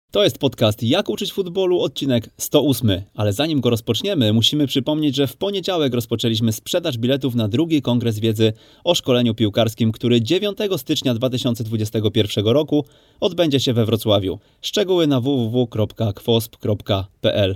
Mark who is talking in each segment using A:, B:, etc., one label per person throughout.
A: To jest podcast Jak uczyć futbolu, odcinek 108. Ale zanim go rozpoczniemy, musimy przypomnieć, że w poniedziałek rozpoczęliśmy sprzedaż biletów na drugi Kongres Wiedzy o szkoleniu piłkarskim, który 9 stycznia 2021 roku odbędzie się we Wrocławiu. Szczegóły na www.kwosp.pl.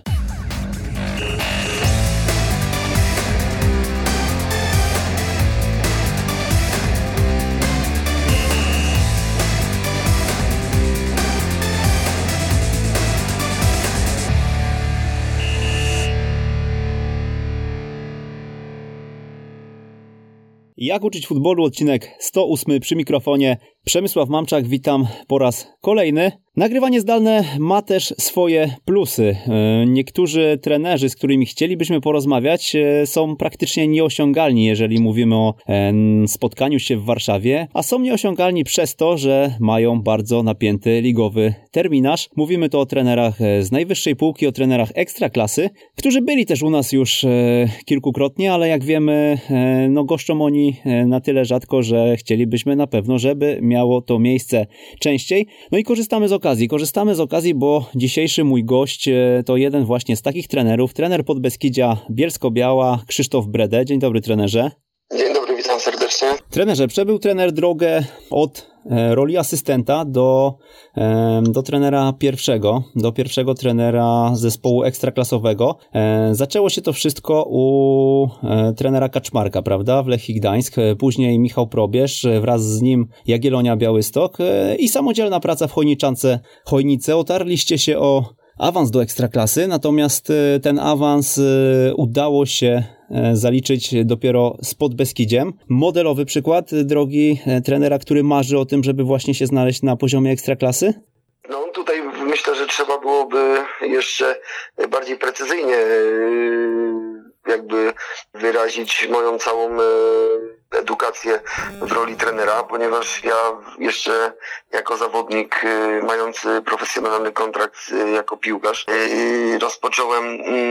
A: Jak uczyć futbolu, odcinek 108 przy mikrofonie. Przemysław Mamczak, witam po raz kolejny. Nagrywanie zdalne ma też swoje plusy. Niektórzy trenerzy, z którymi chcielibyśmy porozmawiać, są praktycznie nieosiągalni, jeżeli mówimy o spotkaniu się w Warszawie, a są nieosiągalni przez to, że mają bardzo napięty ligowy terminarz. Mówimy tu o trenerach z najwyższej półki, o trenerach ekstraklasy, którzy byli też u nas już kilkukrotnie, ale jak wiemy, goszczą oni na tyle rzadko, że chcielibyśmy na pewno, żeby miało to miejsce częściej. No i korzystamy z okazji, bo dzisiejszy mój gość to jeden właśnie z takich trenerów, trener Podbeskidzia Bielsko-Biała, Krzysztof Bredę. Dzień dobry, trenerze.
B: Dzień dobry, witam serdecznie.
A: Trenerze, przebył trener drogę od roli asystenta do trenera pierwszego trenera zespołu ekstraklasowego. Zaczęło się to wszystko u trenera Kaczmarka, prawda, w Lechii Gdańsk, później Michał Probierz, wraz z nim Jagiellonia Białystok i samodzielna praca w Chojnice. Otarliście się o awans do ekstraklasy, natomiast ten awans udało się zaliczyć dopiero z Podbeskidziem. Modelowy przykład drogi trenera, który marzy o tym, żeby właśnie się znaleźć na poziomie ekstraklasy?
B: No tutaj myślę, że trzeba byłoby jeszcze bardziej precyzyjnie jakby wyrazić moją całą edukację w roli trenera, ponieważ ja jeszcze jako zawodnik mający profesjonalny kontrakt jako piłkarz rozpocząłem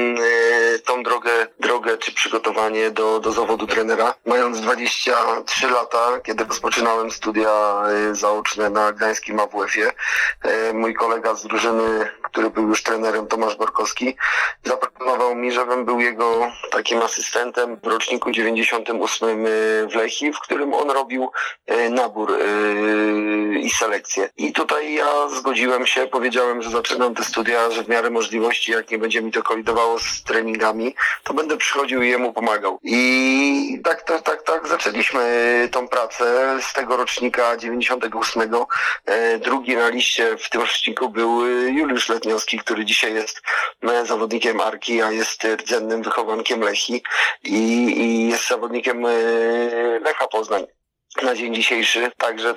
B: tą drogę czy przygotowanie do zawodu trenera. Mając 23 lata, kiedy rozpoczynałem studia zaoczne na gdańskim AWF-ie, mój kolega z drużyny, który był już trenerem, Tomasz Borkowski, zaproponował mi, żebym był jego takim asystentem w roczniku 98 w Lechii, w którym on robił nabór i selekcję. I tutaj ja zgodziłem się, powiedziałem, że zaczynam te studia, że w miarę możliwości, jak nie będzie mi to kolidowało z treningami, to będę przychodził i jemu pomagał. I tak zaczęliśmy tą pracę z tego rocznika 98. Drugi na liście w tym roczniku był Juliusz Letniowski, który dzisiaj jest zawodnikiem Arki, a jest rdzennym wychowankiem Lechii i jest zawodnikiem Lecha Poznań na dzień dzisiejszy, także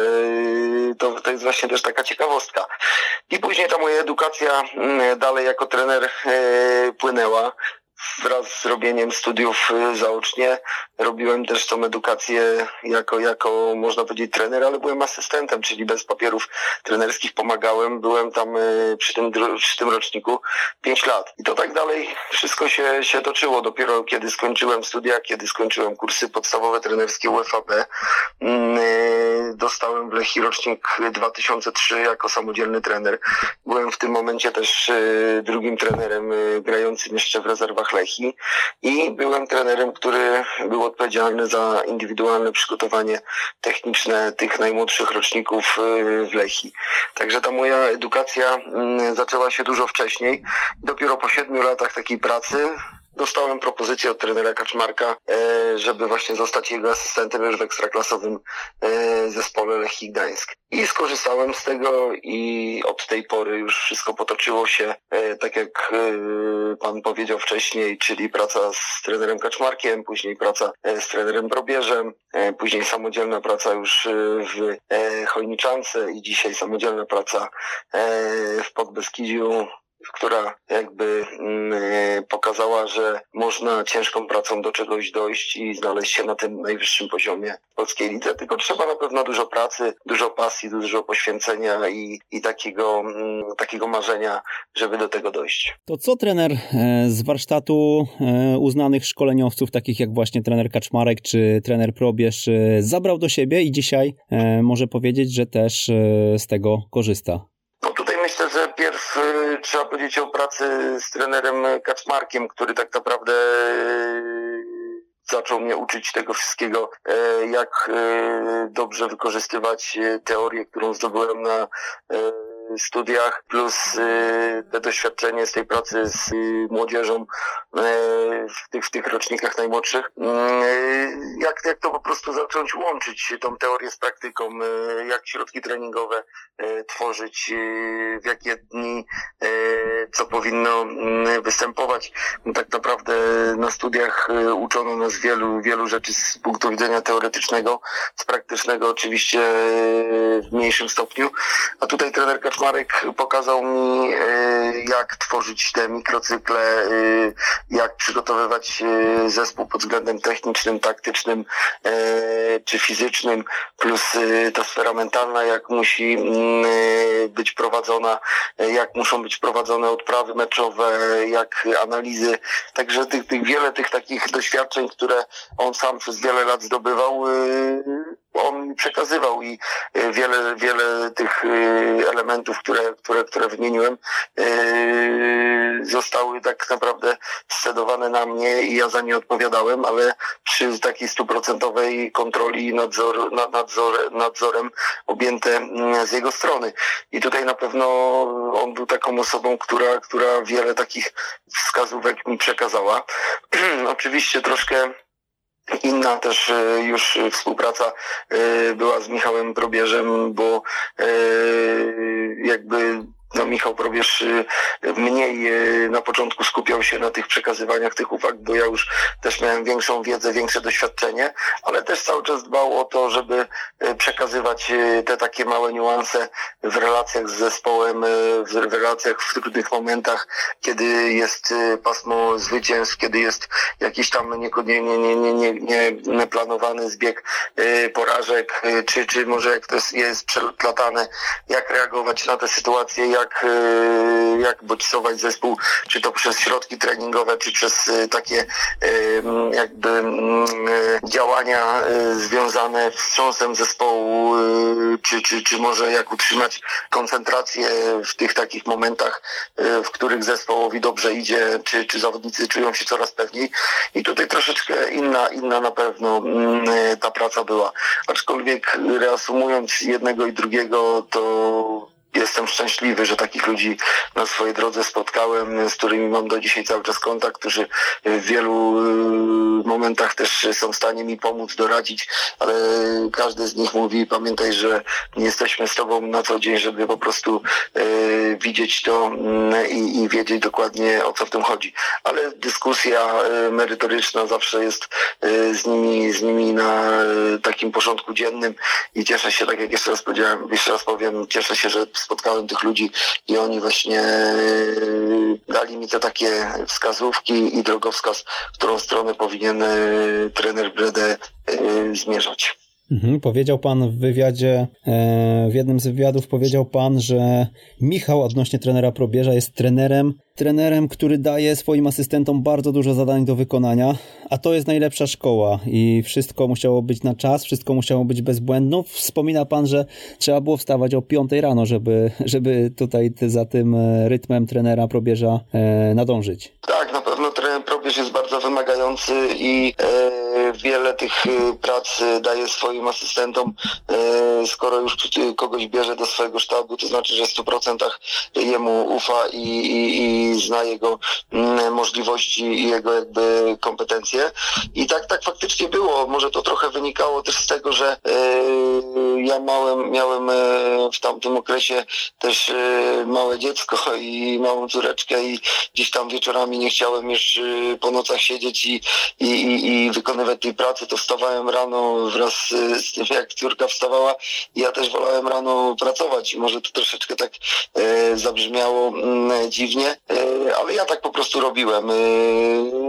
B: to jest właśnie też taka ciekawostka. I później ta moja edukacja dalej jako trener płynęła. Wraz z robieniem studiów zaocznie robiłem też tą edukację jako można powiedzieć trener, ale byłem asystentem, czyli bez papierów trenerskich pomagałem. Byłem tam przy tym roczniku 5 lat. I to tak dalej wszystko się toczyło. Dopiero kiedy skończyłem studia, kiedy skończyłem kursy podstawowe trenerskie UFAB, dostałem w Lechii rocznik 2003 jako samodzielny trener. Byłem w tym momencie też drugim trenerem grającym jeszcze w rezerwach Lechii i byłem trenerem, który był odpowiedzialny za indywidualne przygotowanie techniczne tych najmłodszych roczników w Lechii. Także ta moja edukacja zaczęła się dużo wcześniej. Dopiero po 7 latach takiej pracy dostałem propozycję od trenera Kaczmarka, żeby właśnie zostać jego asystentem już w ekstraklasowym zespole Lechii Gdańsk. I skorzystałem z tego i od tej pory już wszystko potoczyło się tak jak pan powiedział wcześniej, czyli praca z trenerem Kaczmarkiem, później praca z trenerem Probierzem, później samodzielna praca już w Chojniczance i dzisiaj samodzielna praca w Podbeskidziu, która jakby pokazała, że można ciężką pracą do czegoś dojść i znaleźć się na tym najwyższym poziomie polskiej lidze, tylko trzeba na pewno dużo pracy, dużo pasji, dużo poświęcenia i takiego marzenia, żeby do tego dojść.
A: To co trener z warsztatu uznanych szkoleniowców, takich jak właśnie trener Kaczmarek czy trener Probierz, zabrał do siebie i dzisiaj może powiedzieć, że też z tego korzysta?
B: No tutaj myślę, że Najpierw trzeba powiedzieć o pracy z trenerem Kaczmarkiem, który tak naprawdę zaczął mnie uczyć tego wszystkiego, jak dobrze wykorzystywać teorię, którą zdobyłem na studiach, plus te doświadczenie z tej pracy z młodzieżą w tych rocznikach najmłodszych. Jak to po prostu zacząć łączyć tą teorię z praktyką, jak środki treningowe tworzyć, w jakie dni co powinno występować. Tak naprawdę na studiach uczono nas wielu rzeczy z punktu widzenia teoretycznego, z praktycznego oczywiście w mniejszym stopniu, a tutaj trener Kaczmarek pokazał mi, jak tworzyć te mikrocykle, jak przygotowywać zespół pod względem technicznym, taktycznym czy fizycznym, plus ta sfera mentalna, jak musi być prowadzona, jak muszą być prowadzone odprawy meczowe, jak analizy. Także wiele tych takich doświadczeń, które on sam przez wiele lat zdobywał, on mi przekazywał i wiele tych elementów, które wymieniłem, zostały tak naprawdę scedowane na mnie i ja za nie odpowiadałem, ale przy takiej 100% kontroli i nadzorem objęte z jego strony. I tutaj na pewno on był taką osobą, która wiele takich wskazówek mi przekazała. Oczywiście troszkę inna też już współpraca była z Michałem Probierzem, bo Michał Probierz mniej na początku skupiał się na tych przekazywaniach tych uwag, bo ja już też miałem większą wiedzę, większe doświadczenie, ale też cały czas dbał o to, żeby przekazywać te takie małe niuanse w relacjach z zespołem, w relacjach w trudnych momentach, kiedy jest pasmo zwycięstw, kiedy jest jakiś tam nieplanowany zbieg porażek, czy może jak to jest przeplatane, jak reagować na te sytuacje, jak bodźcować zespół, czy to przez środki treningowe, czy przez takie działania związane z wstrząsem zespołu, czy może jak utrzymać koncentrację w tych takich momentach, w których zespołowi dobrze idzie, czy zawodnicy czują się coraz pewniej. I tutaj troszeczkę inna na pewno ta praca była. Aczkolwiek reasumując jednego i drugiego, to jestem szczęśliwy, że takich ludzi na swojej drodze spotkałem, z którymi mam do dzisiaj cały czas kontakt, którzy w wielu momentach też są w stanie mi pomóc, doradzić, ale każdy z nich mówi: pamiętaj, że nie jesteśmy z tobą na co dzień, żeby po prostu widzieć to i wiedzieć dokładnie, o co w tym chodzi. Ale dyskusja merytoryczna zawsze jest z nimi na takim porządku dziennym i cieszę się, tak jak jeszcze raz powiem, cieszę się, że spotkałem tych ludzi i oni właśnie dali mi te takie wskazówki i drogowskaz, w którą stronę powinien trener Bredę zmierzać.
A: Powiedział pan w wywiadzie, w jednym z wywiadów powiedział pan, że Michał odnośnie trenera Probierza jest trenerem, który daje swoim asystentom bardzo dużo zadań do wykonania, a to jest najlepsza szkoła i wszystko musiało być na czas, wszystko musiało być bez błędów. Wspomina pan, że trzeba było wstawać o 5 rano, żeby tutaj za tym rytmem trenera Probierza nadążyć.
B: Tak, na pewno trener Probierz jest bardzo wymagający i wiele tych prac daje swoim asystentom. Skoro już kogoś bierze do swojego sztabu, to znaczy, że w 100% jemu ufa i zna jego możliwości i jego jakby kompetencje. I tak faktycznie było. Może to trochę wynikało też z tego, że ja miałem w tamtym okresie też małe dziecko i małą córeczkę i gdzieś tam wieczorami nie chciałem już po nocach siedzieć i wykonywać tej pracy, to wstawałem rano wraz z tym, jak córka wstawała i ja też wolałem rano pracować. Może to troszeczkę tak zabrzmiało dziwnie, ale ja tak po prostu robiłem.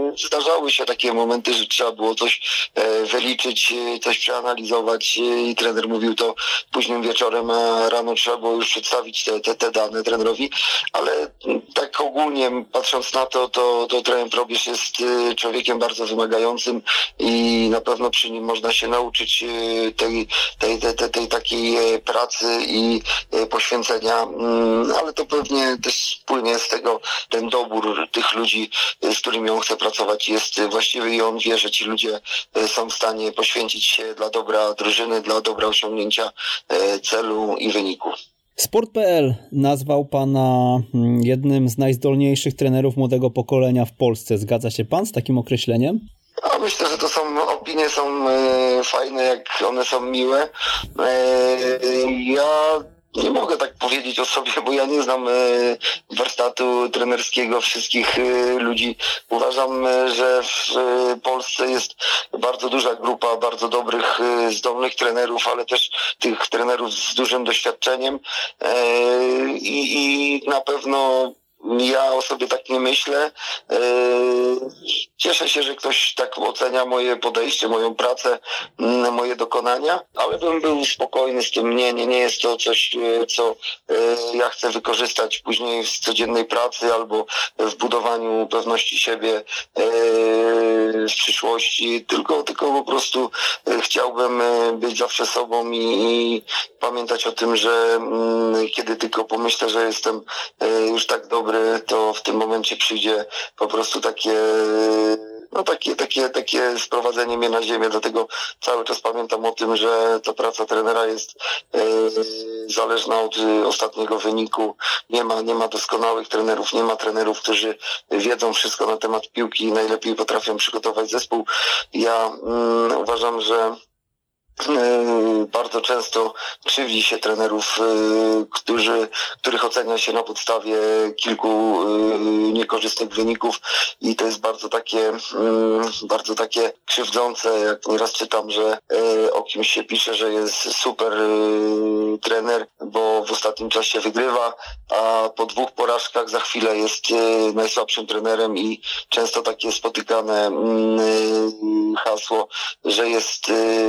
B: zdarzały się takie momenty, że trzeba było coś wyliczyć, coś przeanalizować i trener mówił to późnym wieczorem, a rano trzeba było już przedstawić te dane trenerowi, ale tak ogólnie patrząc na to trener Probierz jest człowiekiem bardzo wymagającym i na pewno przy nim można się nauczyć tej takiej pracy i poświęcenia, ale to pewnie też płynie z tego ten dobór tych ludzi, z którymi on chce pracować jest właściwy i on wie, że ci ludzie są w stanie poświęcić się dla dobra drużyny, dla dobra osiągnięcia celu i wyniku.
A: Sport.pl nazwał pana jednym z najzdolniejszych trenerów młodego pokolenia w Polsce. Zgadza się pan z takim określeniem?
B: A myślę, że to opinie są fajne, jak one są miłe. Ja nie mogę tak powiedzieć o sobie, bo ja nie znam warsztatu trenerskiego wszystkich ludzi. Uważam, że w Polsce jest bardzo duża grupa bardzo dobrych, zdolnych trenerów, ale też tych trenerów z dużym doświadczeniem i na pewno ja o sobie tak nie myślę. Cieszę się, że ktoś tak ocenia moje podejście, moją pracę, moje dokonania, ale bym był spokojny z tym. Nie jest to coś, co ja chcę wykorzystać później w codziennej pracy albo w budowaniu pewności siebie w przyszłości, tylko po prostu chciałbym być zawsze sobą i pamiętać o tym, że kiedy tylko pomyślę, że jestem już tak dobry, to w tym momencie przyjdzie po prostu takie sprowadzenie mnie na ziemię. Dlatego cały czas pamiętam o tym, że ta praca trenera jest zależna od ostatniego wyniku. Nie ma doskonałych trenerów, nie ma trenerów, którzy wiedzą wszystko na temat piłki i najlepiej potrafią przygotować zespół. Ja uważam, że bardzo często krzywdzi się trenerów, których ocenia się na podstawie kilku niekorzystnych wyników i to jest bardzo takie krzywdzące, jak nieraz czytam, że o kimś się pisze, że jest super trener, bo w ostatnim czasie wygrywa, a po 2 porażkach za chwilę jest najsłabszym trenerem i często takie spotykane hasło, że jest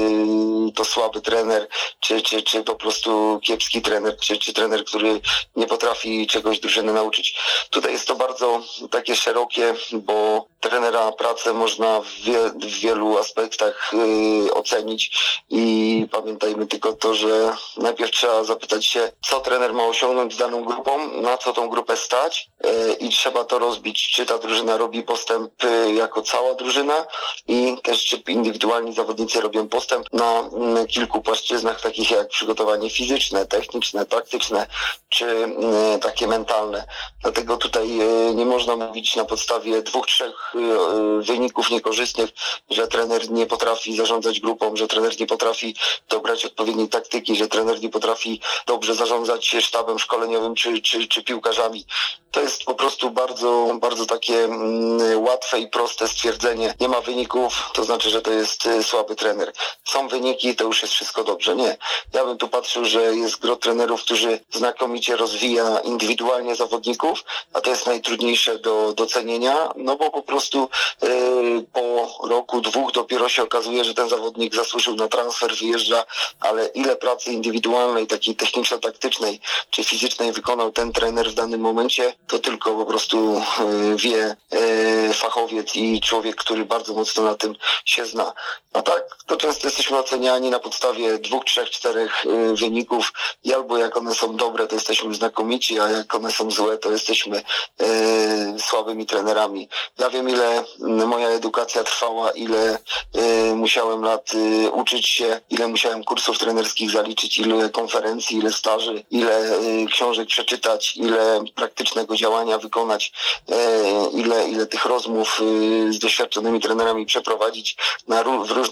B: to słaby trener, czy po prostu kiepski trener, czy trener, który nie potrafi czegoś drużyny nauczyć. Tutaj jest to bardzo takie szerokie, bo trenera pracę można w wielu aspektach ocenić i pamiętajmy tylko to, że najpierw trzeba zapytać się, co trener ma osiągnąć z daną grupą, na co tą grupę stać i trzeba to rozbić, czy ta drużyna robi postęp jako cała drużyna i też czy indywidualni zawodnicy robią postęp na kilku płaszczyznach, takich jak przygotowanie fizyczne, techniczne, taktyczne, czy takie mentalne. Dlatego tutaj nie można mówić na podstawie 2-3 wyników niekorzystnych, że trener nie potrafi zarządzać grupą, że trener nie potrafi dobrać odpowiedniej taktyki, że trener nie potrafi dobrze zarządzać sztabem szkoleniowym czy piłkarzami. To jest po prostu bardzo, bardzo takie łatwe i proste stwierdzenie. Nie ma wyników, to znaczy, że to jest słaby trener. Są wyniki, to już jest wszystko dobrze. Nie. Ja bym tu patrzył, że jest gro trenerów, którzy znakomicie rozwija indywidualnie zawodników, a to jest najtrudniejsze do docenienia, no bo po prostu po roku, 2 dopiero się okazuje, że ten zawodnik zasłużył na transfer, wyjeżdża, ale ile pracy indywidualnej, takiej techniczno-taktycznej czy fizycznej wykonał ten trener w danym momencie, to tylko po prostu wie fachowiec i człowiek, który bardzo mocno na tym się zna. A tak, to często jesteśmy oceniani na podstawie 2, 3, 4 wyników i albo jak one są dobre, to jesteśmy znakomici, a jak one są złe, to jesteśmy słabymi trenerami. Ja wiem, ile moja edukacja trwała, ile musiałem lat uczyć się, ile musiałem kursów trenerskich zaliczyć, ile konferencji, ile staży, ile książek przeczytać, ile praktycznego działania wykonać, ile tych rozmów z doświadczonymi trenerami przeprowadzić na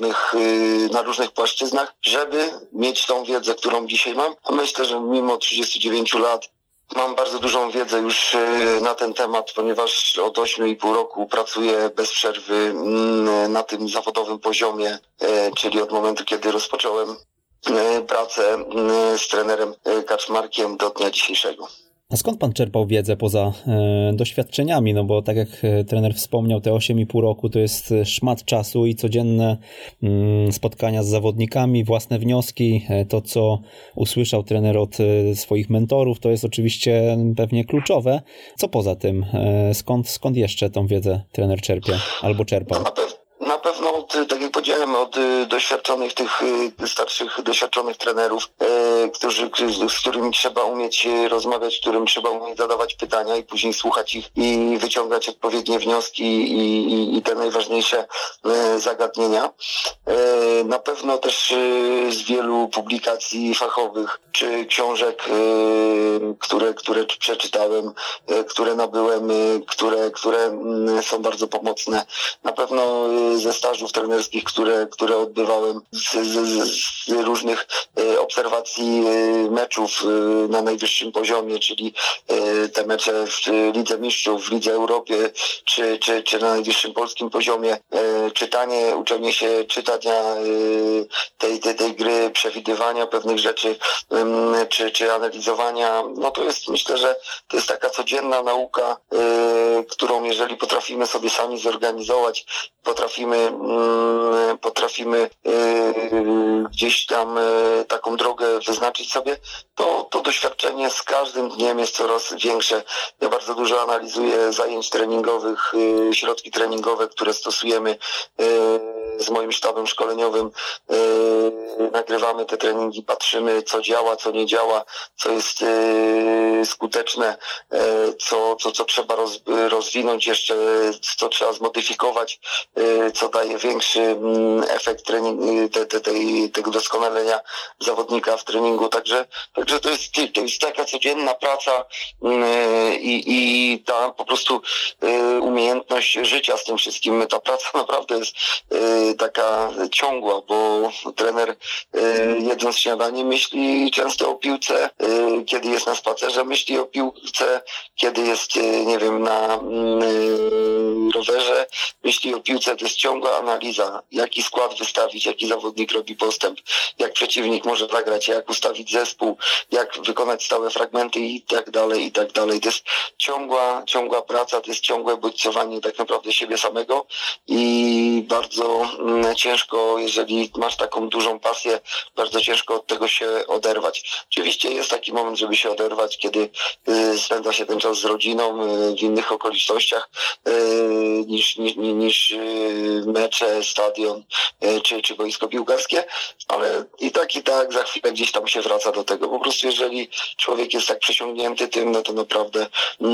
B: różnych płaszczyznach, żeby mieć tą wiedzę, którą dzisiaj mam. A myślę, że mimo 39 lat mam bardzo dużą wiedzę już na ten temat, ponieważ od 8,5 roku pracuję bez przerwy na tym zawodowym poziomie, czyli od momentu, kiedy rozpocząłem pracę z trenerem Kaczmarkiem do dnia dzisiejszego.
A: A skąd pan czerpał wiedzę poza doświadczeniami? No bo tak jak trener wspomniał, te 8,5 roku to jest szmat czasu i codzienne spotkania z zawodnikami, własne wnioski, to co usłyszał trener od swoich mentorów, to jest oczywiście pewnie kluczowe. Co poza tym? Skąd jeszcze tą wiedzę trener czerpie albo czerpał?
B: Na pewno, tak jak powiedziałem, od doświadczonych, tych starszych, doświadczonych trenerów, z którymi trzeba umieć rozmawiać, którym trzeba umieć zadawać pytania i później słuchać ich i wyciągać odpowiednie wnioski i te najważniejsze zagadnienia. Na pewno też z wielu publikacji fachowych czy książek, które przeczytałem, które nabyłem, które są bardzo pomocne. Na pewno ze stażów trenerskich, które odbywałem, z różnych obserwacji meczów na najwyższym poziomie, czyli te mecze w Lidze Mistrzów, w Lidze Europy, czy na najwyższym polskim poziomie, uczenie się czytania tej gry, przewidywania pewnych rzeczy, czy analizowania, no to jest, myślę, że to jest taka codzienna nauka, którą jeżeli potrafimy sobie sami zorganizować, potrafimy gdzieś tam taką drogę wyznaczyć sobie, to doświadczenie z każdym dniem jest coraz większe. Ja bardzo dużo analizuję zajęć treningowych, środki treningowe, które stosujemy z moim sztabem szkoleniowym. Nagrywamy te treningi, patrzymy, co działa, co nie działa, co jest skuteczne, co trzeba rozwinąć jeszcze, co trzeba zmodyfikować, co daje większy efekt tego doskonalenia zawodnika w treningu. Także to jest taka codzienna praca i ta po prostu umiejętność życia z tym wszystkim. Ta praca naprawdę jest taka ciągła, bo trener jedząc śniadanie myśli często o piłce, kiedy jest na spacerze myśli o piłce, kiedy jest, nie wiem, na rowerze myśli o piłce. To jest ciągła analiza, jaki skład wystawić, jaki zawodnik robi postęp, jak przeciwnik może zagrać, jak ustawić zespół, jak wykonać stałe fragmenty i tak dalej, i tak dalej. To jest ciągła praca, to jest ciągłe bodźcowanie tak naprawdę siebie samego i bardzo ciężko, jeżeli masz taką dużą pasję, bardzo ciężko od tego się oderwać. Oczywiście jest taki moment, żeby się oderwać, kiedy spędza się ten czas z rodziną w innych okolicznościach niż mecze, stadion czy boisko piłkarskie, ale i tak za chwilę gdzieś tam się wraca do tego. Po prostu jeżeli człowiek jest tak przesiągnięty tym, no to naprawdę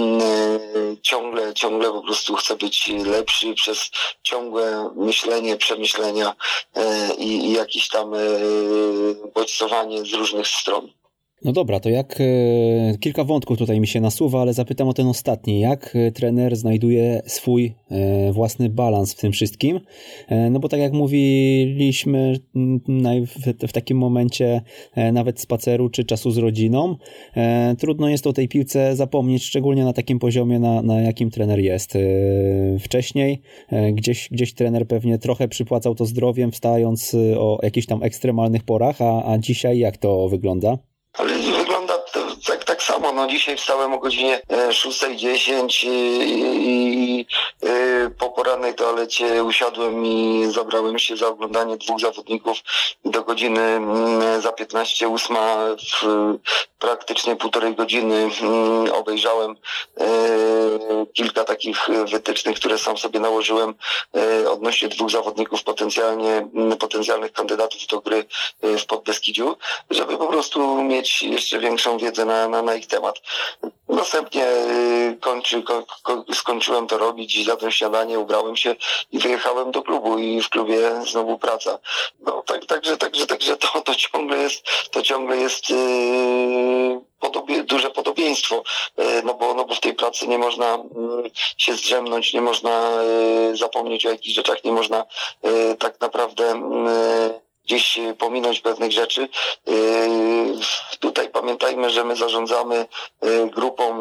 B: ciągle po prostu chce być lepszy przez ciągłe myślenie, przemyślenia i jakieś tam bodźcowanie z różnych stron.
A: No dobra, to jak kilka wątków tutaj mi się nasuwa, ale zapytam o ten ostatni. Jak trener znajduje swój własny balans w tym wszystkim? No bo tak jak mówiliśmy w takim momencie nawet spaceru czy czasu z rodziną, trudno jest o tej piłce zapomnieć, szczególnie na takim poziomie, na jakim trener jest. Wcześniej gdzieś trener pewnie trochę przypłacał to zdrowiem, wstając o jakichś tam ekstremalnych porach, a dzisiaj jak to wygląda?
B: Ale wygląda tak samo. No dzisiaj wstałem o godzinie 6:10 i po porannej toalecie usiadłem i zabrałem się za oglądanie 2 zawodników do godziny za 15, 8 praktycznie 1,5 godziny obejrzałem kilka takich wytycznych, które sam sobie nałożyłem odnośnie 2 zawodników potencjalnych kandydatów do gry w Podbeskidziu, żeby po prostu mieć jeszcze większą wiedzę na ich temat. Następnie skończyłem to robić, zjadłem śniadanie, ubrałem się i wyjechałem do klubu i w klubie znowu praca. No także to ciągle jest duże podobieństwo, no bo w tej pracy nie można się zdrzemnąć, nie można zapomnieć o jakichś rzeczach, nie można tak naprawdę gdzieś pominąć pewnych rzeczy. Tutaj pamiętajmy, że my zarządzamy grupą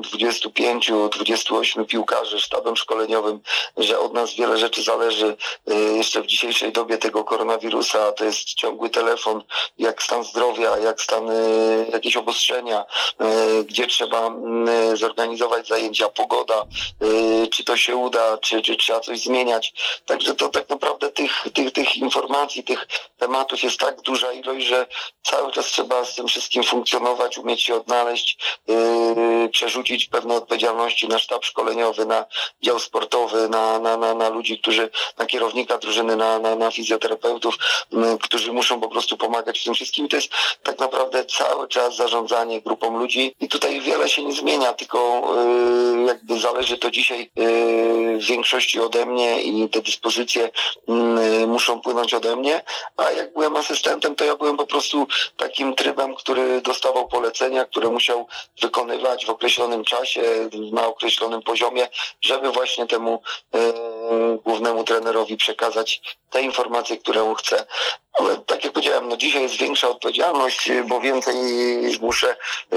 B: 25-28 piłkarzy, sztabem szkoleniowym, że od nas wiele rzeczy zależy jeszcze w dzisiejszej dobie tego koronawirusa. To jest ciągły telefon, jak stan zdrowia, jak stan jakieś obostrzenia, gdzie trzeba zorganizować zajęcia, pogoda, czy to się uda, czy trzeba coś zmieniać. Także to tak naprawdę tych informacji, tych tematów jest tak duża ilość, że cały czas trzeba z tym wszystkim funkcjonować, umieć się odnaleźć, przerzucić pewne odpowiedzialności na sztab szkoleniowy, na dział sportowy, na ludzi, którzy, na kierownika drużyny, na fizjoterapeutów, którzy muszą po prostu pomagać w tym wszystkim. To jest tak naprawdę cały czas zarządzanie grupą ludzi i tutaj wiele się nie zmienia, tylko jakby zależy to dzisiaj w większości ode mnie i te dyspozycje muszą płynąć ode mnie, a jak byłem asystentem, to ja byłem po prostu takim trybem, który dostawał polecenia, które musiał wykonywać w określonym czasie, na określonym poziomie, żeby właśnie temu głównemu trenerowi przekazać te informacje, które on chce. Ale tak jak powiedziałem, no dzisiaj jest większa odpowiedzialność, bo więcej muszę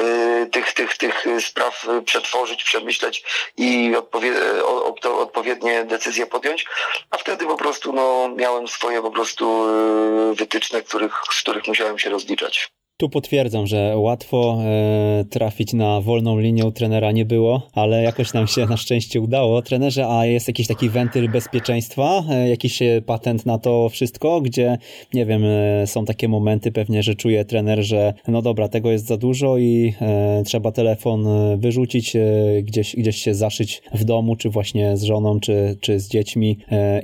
B: tych spraw przetworzyć, przemyśleć i odpowiednie decyzje podjąć, a wtedy po prostu miałem swoje po prostu wytyczne, z których musiałem się rozliczać.
A: Tu potwierdzam, że łatwo trafić na wolną linię u trenera nie było, ale jakoś nam się na szczęście udało. Trenerze, a jest jakiś taki wentyl bezpieczeństwa? Jakiś patent na to wszystko? Gdzie, nie wiem, są takie momenty pewnie, że czuje trener, że no dobra, tego jest za dużo i trzeba telefon wyrzucić, gdzieś się zaszyć w domu, czy właśnie z żoną, czy z dziećmi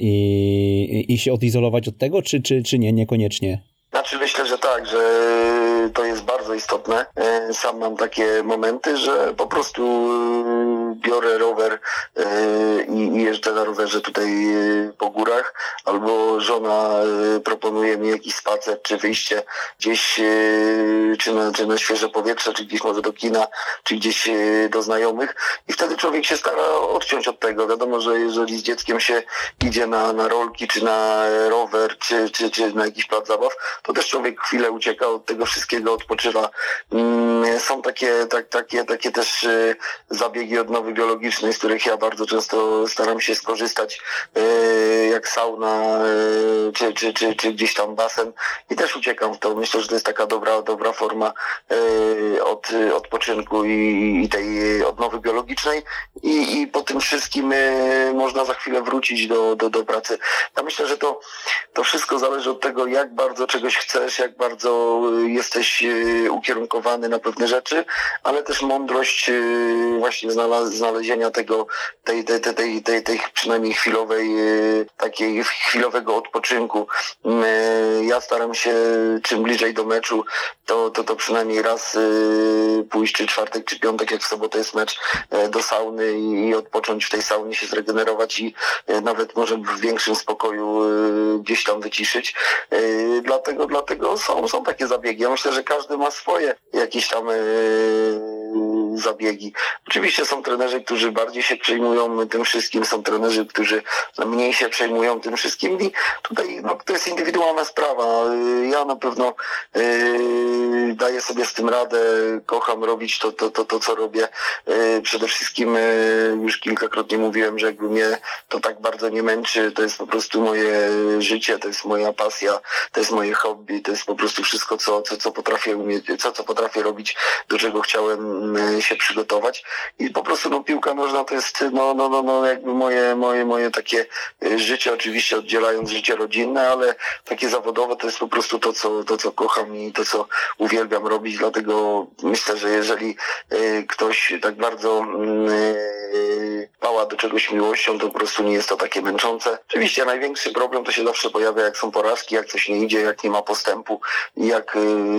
A: i się odizolować od tego, czy nie, niekoniecznie?
B: Znaczy myślę, że tak, że to jest bardzo istotne. Sam mam takie momenty, że po prostu biorę rower i jeżdżę na rowerze tutaj po górach, albo żona proponuje mi jakiś spacer, czy wyjście gdzieś, czy na świeże powietrze, czy gdzieś może do kina, czy gdzieś do znajomych i wtedy człowiek się stara odciąć od tego. Wiadomo, że jeżeli z dzieckiem się idzie na rolki, czy na rower, czy na jakiś plac zabaw, to też człowiek chwilę ucieka od tego wszystkiego, odpoczywa. Są takie też zabiegi odnowy biologicznej, z których ja bardzo często staram się skorzystać, jak sauna, czy gdzieś tam basen i też uciekam w to. Myślę, że to jest taka dobra forma odpoczynku i tej odnowy biologicznej i po tym wszystkim można za chwilę wrócić do pracy. Ja myślę, że to wszystko zależy od tego, jak bardzo czegoś chcesz, jak bardzo jesteś ukierunkowany na pewne rzeczy, ale też mądrość właśnie znalezienia tej przynajmniej chwilowego odpoczynku. Ja staram się czym bliżej do meczu, to przynajmniej raz pójść, czy czwartek, czy piątek, jak w sobotę jest mecz, do sauny i odpocząć w tej saunie, się zregenerować i nawet może w większym spokoju gdzieś tam wyciszyć. Dlatego są takie zabiegi. Ja myślę, że każdy ma swoje jakieś tam zabiegi. Oczywiście są trenerzy, którzy bardziej się przejmują tym wszystkim, są trenerzy, którzy mniej się przejmują tym wszystkim i tutaj to jest indywidualna sprawa. Ja na pewno daję sobie z tym radę, kocham robić to co robię. Przede wszystkim już kilkakrotnie mówiłem, że jakby mnie to tak bardzo nie męczy, to jest po prostu moje życie, to jest moja pasja, to jest moje hobby, to jest po prostu wszystko, co potrafię umieć, co potrafię robić, do czego chciałem się przygotować i po prostu piłka nożna to jest jakby moje takie życie, oczywiście oddzielając życie rodzinne, ale takie zawodowe to jest po prostu to co kocham i to co uwielbiam robić, dlatego myślę, że jeżeli ktoś tak bardzo pała do czegoś miłością, to po prostu nie jest to takie męczące. Oczywiście największy problem to się zawsze pojawia, jak są porażki, jak coś nie idzie, jak nie ma postępu, jak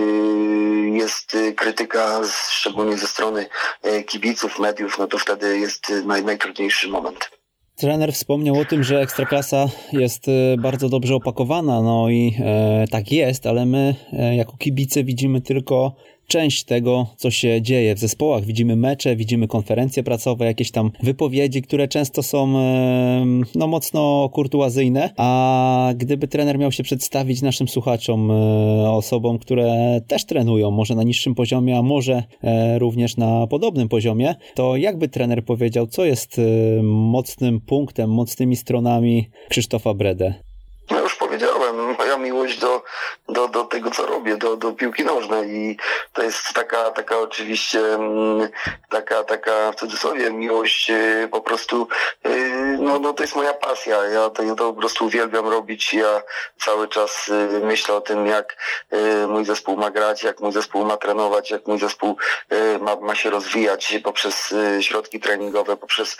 B: jest krytyka, szczególnie ze strony kibiców, mediów, to wtedy jest najtrudniejszy moment.
A: Trener wspomniał o tym, że Ekstraklasa jest bardzo dobrze opakowana, i tak jest, ale my jako kibice widzimy tylko część tego, co się dzieje w zespołach. Widzimy mecze, widzimy konferencje prasowe, jakieś tam wypowiedzi, które często są mocno kurtuazyjne, a gdyby trener miał się przedstawić naszym słuchaczom, osobom, które też trenują, może na niższym poziomie, a może również na podobnym poziomie, to jakby trener powiedział, co jest mocnym punktem, mocnymi stronami Krzysztofa Bredę?
B: No już powiedziałem, moja miłość do tego, co robię, do piłki nożnej i to jest taka oczywiście, taka w cudzysłowie miłość po prostu, to jest moja pasja, ja to po prostu uwielbiam robić, ja cały czas myślę o tym, jak mój zespół ma grać, jak mój zespół ma trenować, jak mój zespół ma się rozwijać poprzez środki treningowe, poprzez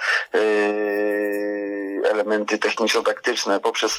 B: elementy techniczno-taktyczne, poprzez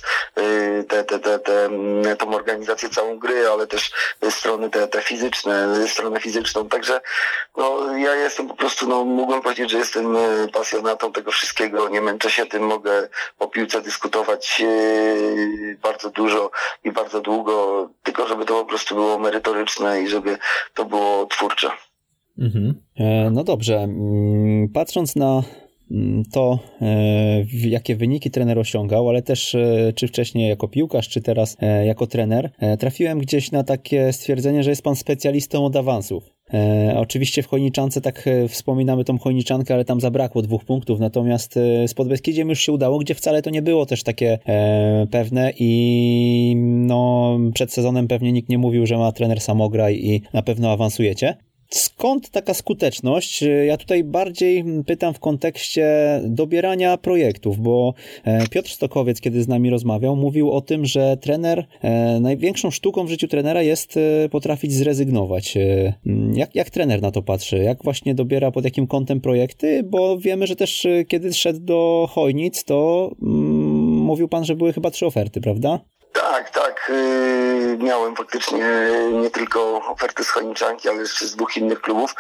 B: tą organizację całą gry, ale też strony te fizyczne, stronę fizyczną. Także ja jestem po prostu, mógłbym powiedzieć, że jestem pasjonatą tego wszystkiego, nie męczę się tym, mogę o piłce dyskutować bardzo dużo i bardzo długo, tylko żeby to po prostu było merytoryczne i żeby to było twórcze.
A: Mhm. No dobrze, patrząc na to, jakie wyniki trener osiągał, ale też czy wcześniej jako piłkarz, czy teraz jako trener, trafiłem gdzieś na takie stwierdzenie, że jest pan specjalistą od awansów. Oczywiście w Chojniczance tak wspominamy tą Chojniczankę, ale tam zabrakło 2 punktów, natomiast z Podbeskidziem już się udało, gdzie wcale to nie było też takie pewne i przed sezonem pewnie nikt nie mówił, że ma trener samograj i na pewno awansujecie. Skąd taka skuteczność? Ja tutaj bardziej pytam w kontekście dobierania projektów, bo Piotr Stokowiec, kiedy z nami rozmawiał, mówił o tym, że trener, największą sztuką w życiu trenera jest potrafić zrezygnować. Jak trener na to patrzy? Jak właśnie dobiera, pod jakim kątem projekty? Bo wiemy, że też kiedy szedł do Chojnic, to mówił pan, że były chyba 3 oferty, prawda?
B: Tak. Miałem faktycznie nie tylko oferty z Chojniczanki, ale jeszcze z 2 innych klubów.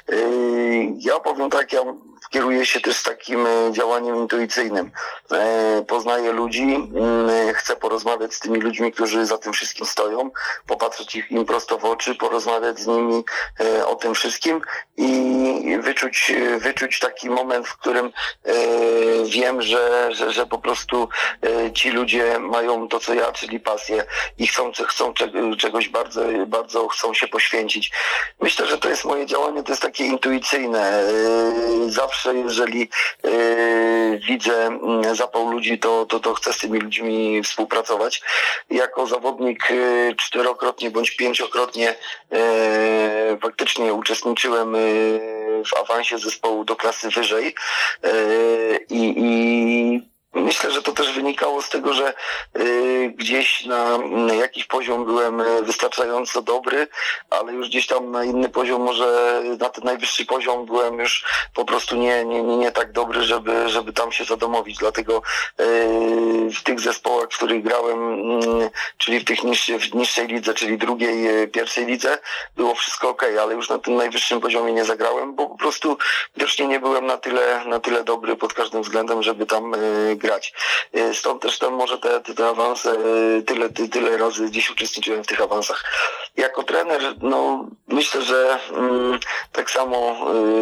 B: Ja powiem tak, ja kieruję się też takim działaniem intuicyjnym. Poznaję ludzi, chcę porozmawiać z tymi ludźmi, którzy za tym wszystkim stoją, popatrzeć im prosto w oczy, porozmawiać z nimi o tym wszystkim i wyczuć taki moment, w którym wiem, że po prostu ci ludzie mają to, co ja, czyli pasję i chcą czegoś bardzo, bardzo chcą się poświęcić. Myślę, że to jest moje działanie, to jest takie intuicyjne. Zawsze, jeżeli widzę zapał ludzi, to chcę z tymi ludźmi współpracować. Jako zawodnik 4-krotnie bądź 5-krotnie faktycznie uczestniczyłem w awansie zespołu do klasy wyżej i myślę, że to też wynikało z tego, że gdzieś na jakiś poziom byłem wystarczająco dobry, ale już gdzieś tam na inny poziom, może na ten najwyższy poziom byłem już po prostu nie tak dobry, żeby tam się zadomowić. Dlatego w tych zespołach, w których grałem, czyli w tych w niższej lidze, czyli drugiej, pierwszej lidze, było wszystko okej, ale już na tym najwyższym poziomie nie zagrałem, bo po prostu widocznie nie byłem na tyle dobry pod każdym względem, żeby tam grać. Stąd też tam może te awanse, tyle razy gdzieś uczestniczyłem w tych awansach. Jako trener, myślę, że tak samo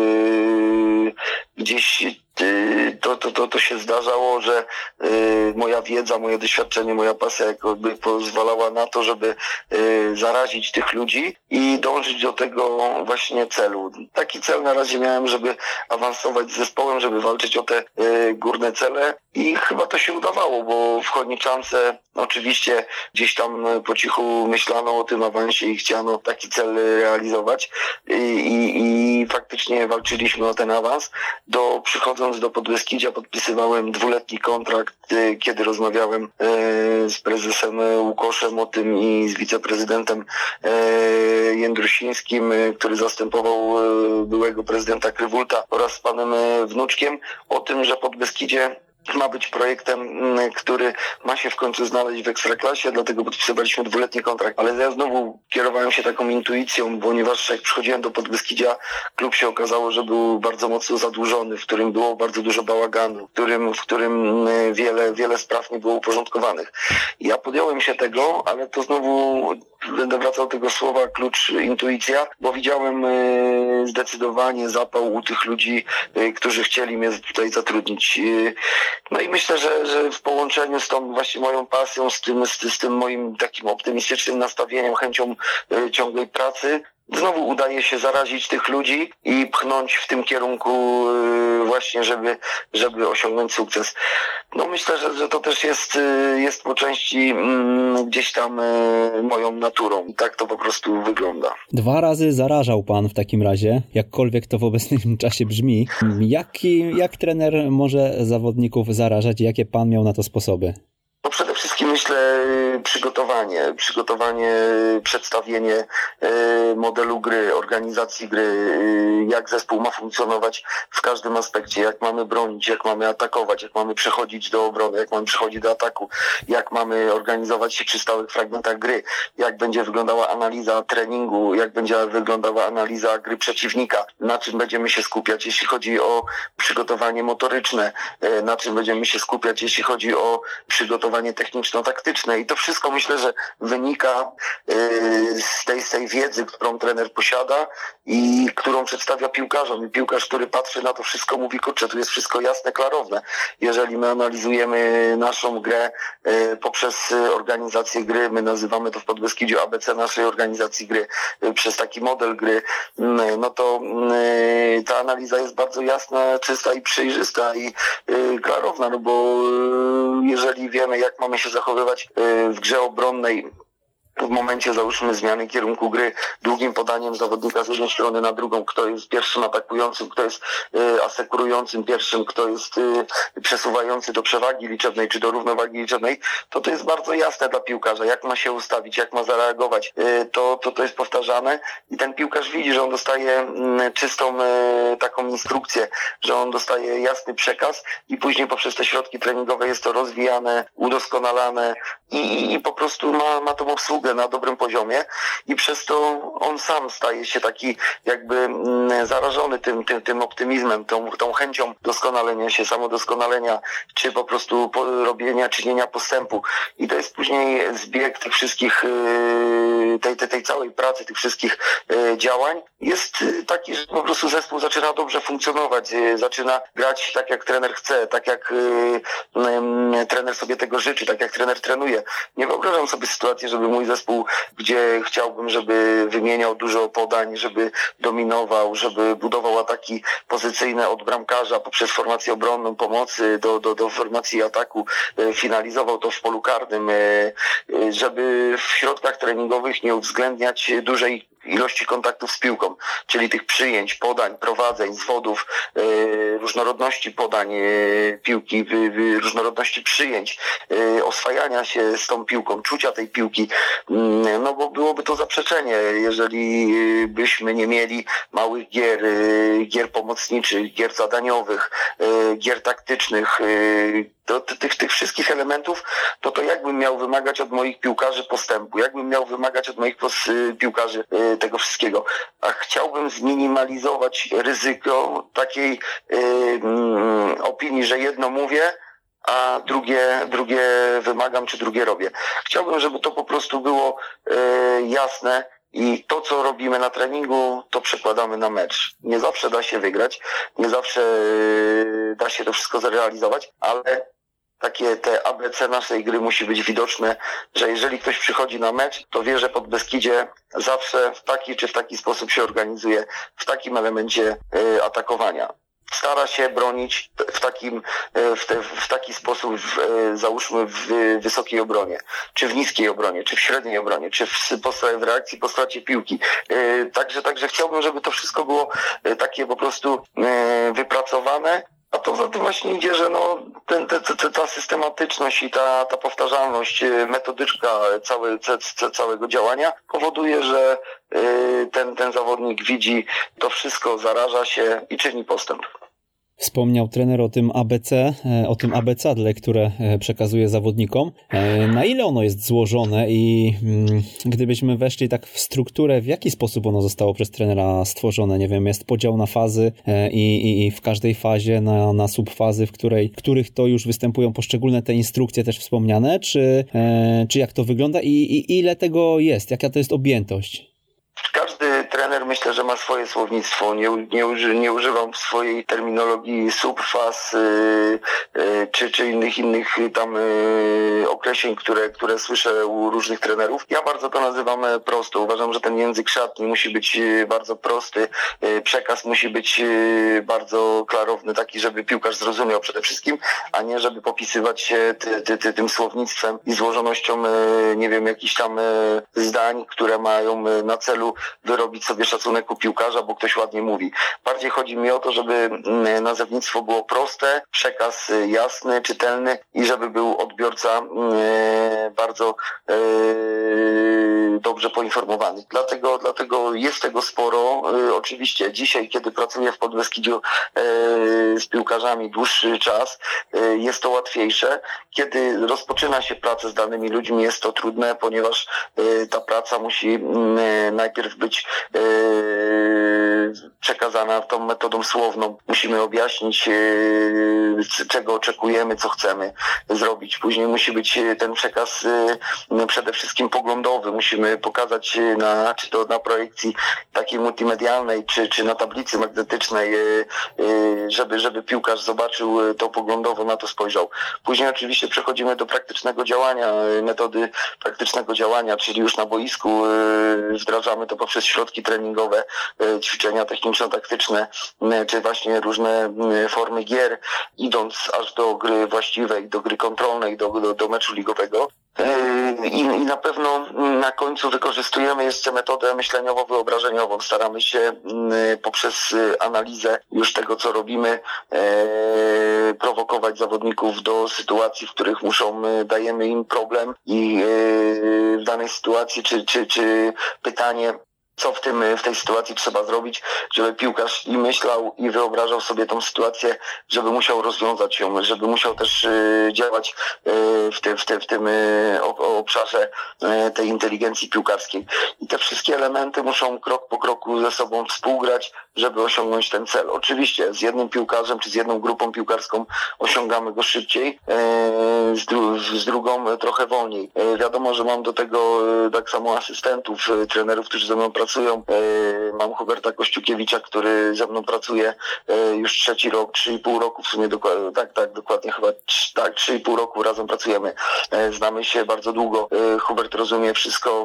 B: gdzieś to się zdarzało, że moja wiedza, moje doświadczenie, moja pasja jakby pozwalała na to, żeby zarazić tych ludzi i dążyć do tego właśnie celu. Taki cel na razie miałem, żeby awansować z zespołem, żeby walczyć o te górne cele i chyba to się udawało, bo w Chojniczance oczywiście gdzieś tam po cichu myślano o tym awansie i chciano taki cel realizować i faktycznie walczyliśmy o ten awans. Przychodząc do Podbeskidzia podpisywałem 2-letni kontrakt, kiedy rozmawiałem z prezesem Łukoszem o tym i z wiceprezydentem Jędrusińskim, który zastępował byłego prezydenta Krywulta, oraz z panem Wnuczkiem o tym, że Podbeskidzie ma być projektem, który ma się w końcu znaleźć w Ekstraklasie, dlatego podpisywaliśmy 2-letni kontrakt. Ale ja znowu kierowałem się taką intuicją, ponieważ jak przychodziłem do Podbeskidzia, klub się okazało, że był bardzo mocno zadłużony, w którym było bardzo dużo bałaganu, w którym wiele spraw nie było uporządkowanych. Ja podjąłem się tego, ale to znowu będę wracał do tego słowa, klucz intuicja, bo widziałem zdecydowanie zapał u tych ludzi, którzy chcieli mnie tutaj zatrudnić. No i myślę, że w połączeniu z tą właśnie moją pasją, z tym moim takim optymistycznym nastawieniem, chęcią ciągłej pracy, znowu udaje się zarazić tych ludzi i pchnąć w tym kierunku właśnie, żeby osiągnąć sukces. No myślę, że to też jest po części gdzieś tam moją naturą. Tak to po prostu wygląda.
A: 2 razy zarażał pan w takim razie, jakkolwiek to w obecnym czasie brzmi. Jak trener może zawodników zarażać i jakie pan miał na to sposoby?
B: No przede wszystkim myślę przygotowanie, przedstawienie modelu gry, organizacji gry, jak zespół ma funkcjonować w każdym aspekcie, jak mamy bronić, jak mamy atakować, jak mamy przechodzić do obrony, jak mamy przechodzić do ataku, jak mamy organizować się przy stałych fragmentach gry, jak będzie wyglądała analiza treningu, jak będzie wyglądała analiza gry przeciwnika, na czym będziemy się skupiać, jeśli chodzi o przygotowanie motoryczne, na czym będziemy się skupiać, jeśli chodzi o przygotowanie techniczno-taktyczne i to wszystko myślę, że wynika z tej wiedzy, którą trener posiada i którą przedstawia piłkarzom. I piłkarz, który patrzy na to wszystko, mówi, kurczę, tu jest wszystko jasne, klarowne. Jeżeli my analizujemy naszą grę poprzez organizację gry, my nazywamy to w Podbeskidziu ABC naszej organizacji gry, przez taki model gry, no to ta analiza jest bardzo jasna, czysta i przejrzysta i klarowna, no bo jeżeli wiemy, jak mamy się zachowywać w grze obronnej, w momencie, załóżmy, zmiany kierunku gry, długim podaniem zawodnika z jednej strony na drugą, kto jest pierwszym atakującym, kto jest asekurującym pierwszym, kto jest przesuwający do przewagi liczebnej czy do równowagi liczebnej, to jest bardzo jasne dla piłkarza, jak ma się ustawić, jak ma zareagować. To jest powtarzane i ten piłkarz widzi, że on dostaje czystą taką instrukcję, że on dostaje jasny przekaz i później poprzez te środki treningowe jest to rozwijane, udoskonalane i po prostu ma tą obsługę na dobrym poziomie i przez to on sam staje się taki jakby zarażony tym optymizmem, tą chęcią doskonalenia się, samodoskonalenia, czy po prostu czynienia postępu. I to jest później zbieg tych wszystkich, tej całej pracy, tych wszystkich działań jest taki, że po prostu zespół zaczyna dobrze funkcjonować, zaczyna grać tak, jak trener chce, tak jak trener sobie tego życzy, tak jak trener trenuje. Nie wyobrażam sobie sytuacji, żeby mój zespół, gdzie chciałbym, żeby wymieniał dużo podań, żeby dominował, żeby budował ataki pozycyjne od bramkarza poprzez formację obronną, pomocy do formacji ataku, finalizował to w polu karnym, żeby w środkach treningowych nie uwzględniać dużej ilości kontaktów z piłką, czyli tych przyjęć, podań, prowadzeń, zwodów, różnorodności podań piłki, różnorodności przyjęć, oswajania się z tą piłką, czucia tej piłki, no bo byłoby to zaprzeczenie, jeżeli byśmy nie mieli małych gier pomocniczych, gier zadaniowych, gier taktycznych, tych wszystkich elementów, to jakbym miał wymagać od moich piłkarzy postępu, jakbym miał wymagać od moich piłkarzy tego wszystkiego. A chciałbym zminimalizować ryzyko takiej opinii, że jedno mówię, a drugie wymagam, czy drugie robię. Chciałbym, żeby to po prostu było jasne i to, co robimy na treningu, to przekładamy na mecz. Nie zawsze da się wygrać, nie zawsze da się to wszystko zrealizować, ale te ABC naszej gry musi być widoczne, że jeżeli ktoś przychodzi na mecz, to wie, że Podbeskidzie zawsze w taki czy w taki sposób się organizuje, w takim elemencie atakowania. Stara się bronić w taki sposób, załóżmy w wysokiej obronie, czy w niskiej obronie, czy w średniej obronie, czy w reakcji po stracie piłki. Także chciałbym, żeby to wszystko było takie po prostu wypracowane. A to za tym właśnie idzie, że ta systematyczność i ta powtarzalność, metodyczka całego działania powoduje, że ten zawodnik widzi to wszystko, zaraża się i czyni postęp.
A: Wspomniał trener o tym ABC, o tym abecadle, które przekazuje zawodnikom. Na ile ono jest złożone i gdybyśmy weszli tak w strukturę, w jaki sposób ono zostało przez trenera stworzone? Nie wiem, jest podział na fazy i w każdej fazie na subfazy, w których to już występują poszczególne te instrukcje też wspomniane, czy jak to wygląda i ile tego jest? Jaka to jest objętość?
B: Każdy trener, myślę, że ma swoje słownictwo. Nie używam w swojej terminologii subfaz czy innych tam określeń, które słyszę u różnych trenerów. Ja bardzo to nazywam prosto. Uważam, że ten język szatni musi być bardzo prosty. Przekaz musi być bardzo klarowny, taki, żeby piłkarz zrozumiał przede wszystkim, a nie żeby popisywać się tym słownictwem i złożonością, nie wiem, jakichś tam zdań, które mają na celu wyrobić sobie szacunek u piłkarza, bo ktoś ładnie mówi. Bardziej chodzi mi o to, żeby nazewnictwo było proste, przekaz jasny, czytelny i żeby był odbiorca bardzo dobrze poinformowany. Dlatego jest tego sporo. Oczywiście dzisiaj, kiedy pracuję w Podbeskidziu z piłkarzami dłuższy czas, jest to łatwiejsze. Kiedy rozpoczyna się praca z danymi ludźmi, jest to trudne, ponieważ ta praca musi najpierw być przekazana tą metodą słowną. Musimy objaśnić, czego oczekujemy, co chcemy zrobić. Później musi być ten przekaz przede wszystkim poglądowy. Musimy pokazać czy to na projekcji takiej multimedialnej, czy na tablicy magnetycznej, żeby piłkarz zobaczył to poglądowo, na to spojrzał. Później oczywiście przechodzimy do praktycznego działania, metody praktycznego działania, czyli już na boisku wdrażamy to poprzez środki treningowe, ćwiczenia techniczno-taktyczne, czy właśnie różne formy gier, idąc aż do gry właściwej, do gry kontrolnej, do meczu ligowego. I na pewno na końcu wykorzystujemy jeszcze metodę myśleniowo-wyobrażeniową. Staramy się poprzez analizę już tego, co robimy, prowokować zawodników do sytuacji, w których dajemy im problem i w danej sytuacji, czy pytanie, co w tej sytuacji trzeba zrobić, żeby piłkarz i myślał, i wyobrażał sobie tą sytuację, żeby musiał rozwiązać ją, żeby musiał też działać w tym obszarze tej inteligencji piłkarskiej. I te wszystkie elementy muszą krok po kroku ze sobą współgrać, żeby osiągnąć ten cel. Oczywiście z jednym piłkarzem, czy z jedną grupą piłkarską osiągamy go szybciej, z drugą trochę wolniej. Wiadomo, że mam do tego tak samo asystentów, trenerów, którzy ze mną pracują. Mam Huberta Kościukiewicza, który ze mną pracuje już 3. rok, 3,5 roku w sumie, dokładnie chyba 3,5 roku razem pracujemy. Znamy się bardzo długo. Hubert rozumie wszystko,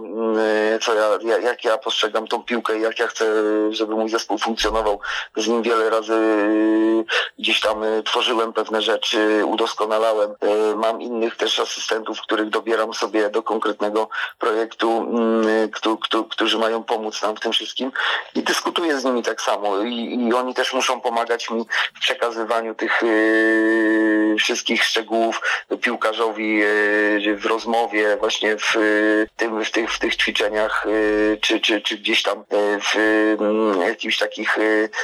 B: jak ja postrzegam tą piłkę, jak ja chcę, żeby mój zespół funkcjonował. Z nim wiele razy gdzieś tam tworzyłem pewne rzeczy, udoskonalałem. Mam innych też asystentów, których dobieram sobie do konkretnego projektu, którzy mają pomóc nam w tym wszystkim i dyskutuję z nimi tak samo i oni też muszą pomagać mi w przekazywaniu tych wszystkich szczegółów piłkarzowi w rozmowie, właśnie w tych ćwiczeniach, czy gdzieś tam w jakichś takich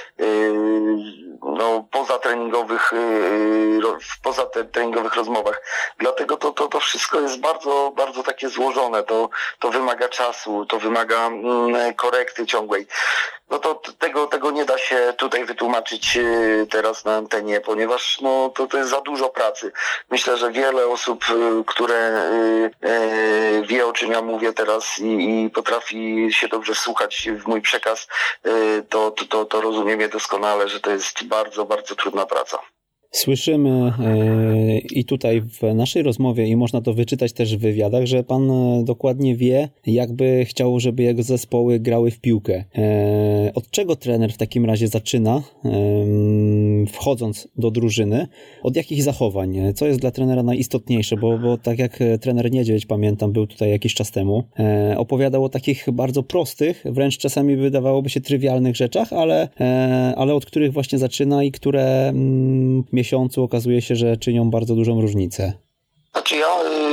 B: pozatreningowych rozmowach. Dlatego to wszystko jest bardzo, bardzo takie złożone. To wymaga czasu, to wymaga korekty ciągłej. No tego nie da się tutaj wytłumaczyć teraz na antenie, ponieważ to jest za dużo pracy. Myślę, że wiele osób, które wie, o czym ja mówię teraz i potrafi się dobrze wsłuchać w mój przekaz, to rozumie mnie doskonale, że to jest bardzo, bardzo trudna praca.
A: Słyszymy i tutaj w naszej rozmowie i można to wyczytać też w wywiadach, że pan dokładnie wie, jakby chciał, żeby jego zespoły grały w piłkę. Od czego trener w takim razie zaczyna, wchodząc do drużyny? Od jakich zachowań? Co jest dla trenera najistotniejsze? Bo tak jak trener Niedźwiedź, pamiętam, był tutaj jakiś czas temu, opowiadał o takich bardzo prostych, wręcz czasami wydawałoby się trywialnych rzeczach, ale od których właśnie zaczyna i które miesiącu okazuje się, że czynią bardzo dużą różnicę.
B: Znaczy ja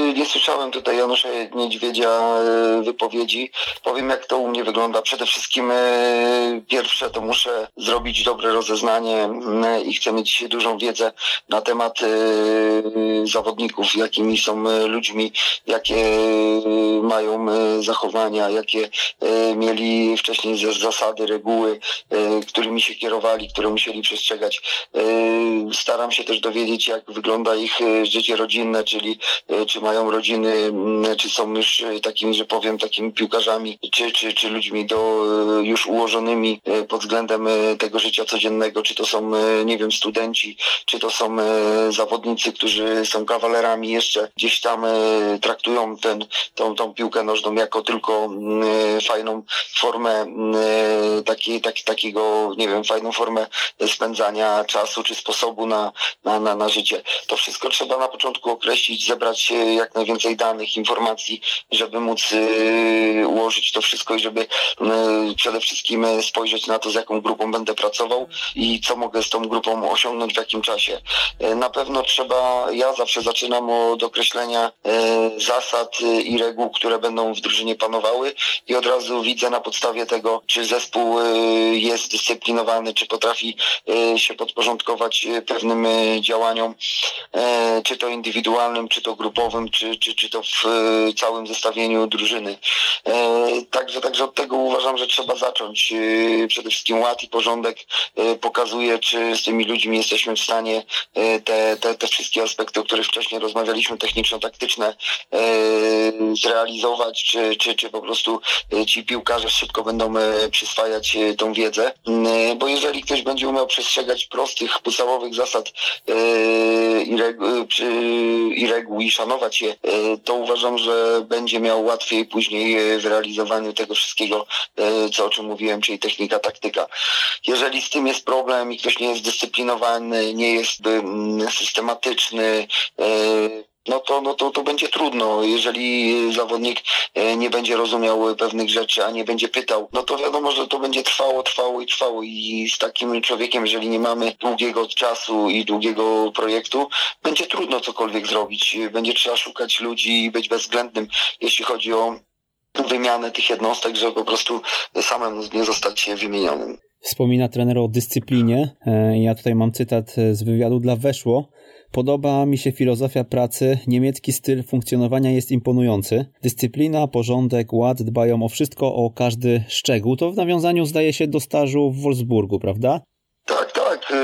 B: nie słyszałem tutaj Janusza Niedźwiedzia wypowiedzi. Powiem, jak to u mnie wygląda. Przede wszystkim pierwsze to muszę zrobić dobre rozeznanie i chcę mieć dużą wiedzę na temat zawodników, jakimi są ludźmi, jakie mają zachowania, jakie mieli wcześniej zasady, reguły, którymi się kierowali, które musieli przestrzegać. Staram się też dowiedzieć, jak wygląda ich życie rodzinne, czyli czy mają rodziny, czy są już takimi, że powiem, takimi piłkarzami, czy ludźmi już ułożonymi pod względem tego życia codziennego, czy to są, nie wiem, studenci, czy to są zawodnicy, którzy są kawalerami, jeszcze gdzieś tam traktują tą piłkę nożną jako tylko fajną formę takiego, nie wiem, fajną formę spędzania czasu, czy sposobu na życie. To wszystko trzeba na początku określić, zebrać jak najwięcej danych, informacji, żeby móc ułożyć to wszystko i żeby przede wszystkim spojrzeć na to, z jaką grupą będę pracował i co mogę z tą grupą osiągnąć w jakim czasie. Na pewno ja zawsze zaczynam od określenia zasad i reguł, które będą w drużynie panowały i od razu widzę na podstawie tego, czy zespół jest zdyscyplinowany, czy potrafi się podporządkować pewnym działaniom, czy to indywidualnym, czy to grupowym, czy to w całym zestawieniu drużyny. Także od tego uważam, że trzeba zacząć. Przede wszystkim ład i porządek pokazuje, czy z tymi ludźmi jesteśmy w stanie te wszystkie aspekty, o których wcześniej rozmawialiśmy, techniczno-taktyczne, zrealizować, czy po prostu ci piłkarze szybko będą przyswajać tą wiedzę. Bo jeżeli ktoś będzie umiał przestrzegać prostych, podstawowych zasad i reguł i szanować je, to uważam, że będzie miał łatwiej później w realizowaniu tego wszystkiego, o czym mówiłem, czyli technika, taktyka. Jeżeli z tym jest problem i ktoś nie jest zdyscyplinowany, nie jest systematyczny, to będzie trudno. Jeżeli zawodnik nie będzie rozumiał pewnych rzeczy, a nie będzie pytał, no to wiadomo, że to będzie trwało i z takim człowiekiem, jeżeli nie mamy długiego czasu i długiego projektu, będzie trudno cokolwiek zrobić. Będzie trzeba szukać ludzi i być bezwzględnym, jeśli chodzi o wymianę tych jednostek, żeby po prostu samemu nie zostać wymienionym.
A: Wspomina trener o dyscyplinie. Ja tutaj mam cytat z wywiadu dla Weszło. Podoba mi się filozofia pracy, niemiecki styl funkcjonowania jest imponujący. Dyscyplina, porządek, ład dbają o wszystko, o każdy szczegół. To w nawiązaniu zdaje się do stażu w Wolfsburgu, prawda?
B: Tak.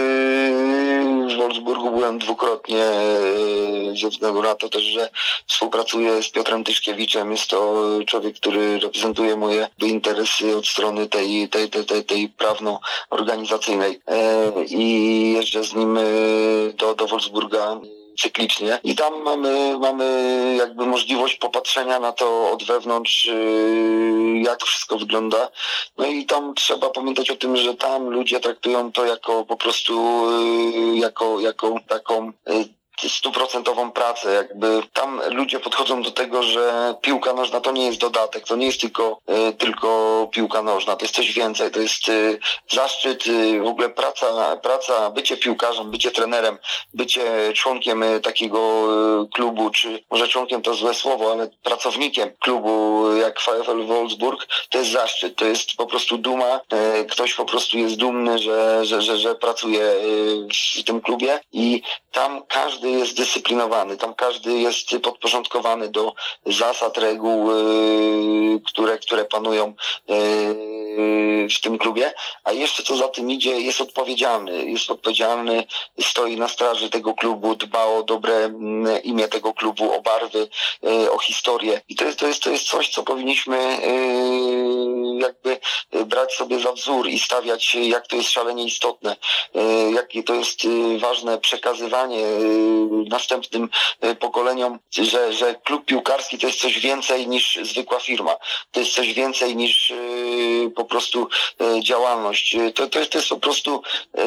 B: W Wolfsburgu byłem dwukrotnie ze względu na to też, że współpracuję z Piotrem Tyszkiewiczem. Jest to człowiek, który reprezentuje moje interesy od strony tej prawno-organizacyjnej i jeżdżę z nim do Wolfsburga cyklicznie i tam mamy jakby możliwość popatrzenia na to od wewnątrz, jak wszystko wygląda. No i tam trzeba pamiętać o tym, że tam ludzie traktują to jako po prostu jako taką 100% pracę, jakby tam ludzie podchodzą do tego, że piłka nożna to nie jest dodatek, to nie jest tylko piłka nożna, to jest coś więcej, to jest zaszczyt, w ogóle praca, bycie piłkarzem, bycie trenerem, bycie członkiem takiego klubu, czy może członkiem to złe słowo, ale pracownikiem klubu jak VfL Wolfsburg, to jest zaszczyt, to jest po prostu duma, ktoś po prostu jest dumny, że pracuje w tym klubie i tam każdy jest zdyscyplinowany, tam każdy jest podporządkowany do zasad, reguł, które panują w tym klubie, a jeszcze co za tym idzie, jest odpowiedzialny, stoi na straży tego klubu, dba o dobre imię tego klubu, o barwy, o historię i to jest coś, co powinniśmy jakby brać sobie za wzór i stawiać, jak to jest szalenie istotne, jakie to jest ważne przekazywanie następnym pokoleniom, że klub piłkarski to jest coś więcej niż zwykła firma. To jest coś więcej niż po prostu działalność. To jest po prostu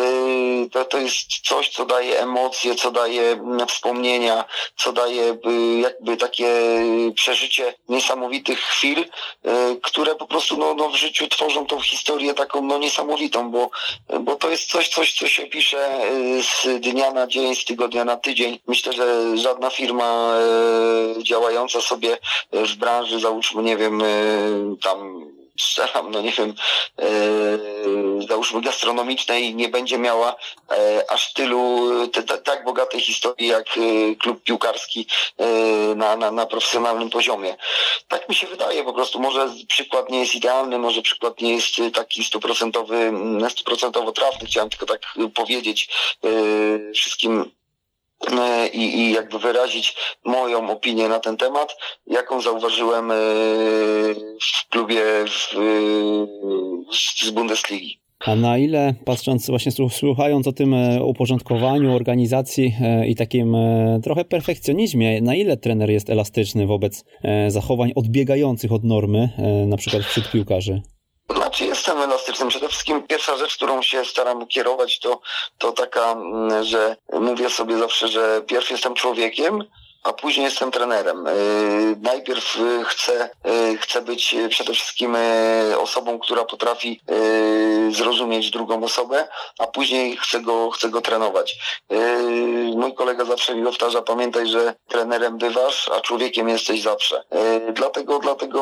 B: to jest coś, co daje emocje, co daje wspomnienia, co daje jakby takie przeżycie niesamowitych chwil, które po prostu w życiu tworzą tą historię taką niesamowitą, bo to jest coś, co się pisze z dnia na dzień, z tygodnia na tydzień. Myślę, że żadna firma działająca sobie w branży, załóżmy, nie wiem, tam strzelam, załóżmy gastronomicznej, nie będzie miała aż tylu, tak bogatej historii jak klub piłkarski na profesjonalnym poziomie. Tak mi się wydaje po prostu. Może przykład nie jest idealny, może przykład nie jest taki 100% trafny. Chciałem tylko tak powiedzieć wszystkim i jakby wyrazić moją opinię na ten temat, jaką zauważyłem w klubie z Bundesligi.
A: A na ile, patrząc właśnie, słuchając o tym uporządkowaniu, organizacji i takim trochę perfekcjonizmie, na ile trener jest elastyczny wobec zachowań odbiegających od normy, na przykład wśród piłkarzy?
B: Znaczy jestem elastyczny. Przede wszystkim pierwsza rzecz, którą się staram kierować, to taka, że mówię sobie zawsze, że pierw jestem człowiekiem, a później jestem trenerem. Najpierw chcę być przede wszystkim osobą, która potrafi zrozumieć drugą osobę, a później chcę go trenować. Mój kolega zawsze mi powtarza, pamiętaj, że trenerem bywasz, a człowiekiem jesteś zawsze. Dlatego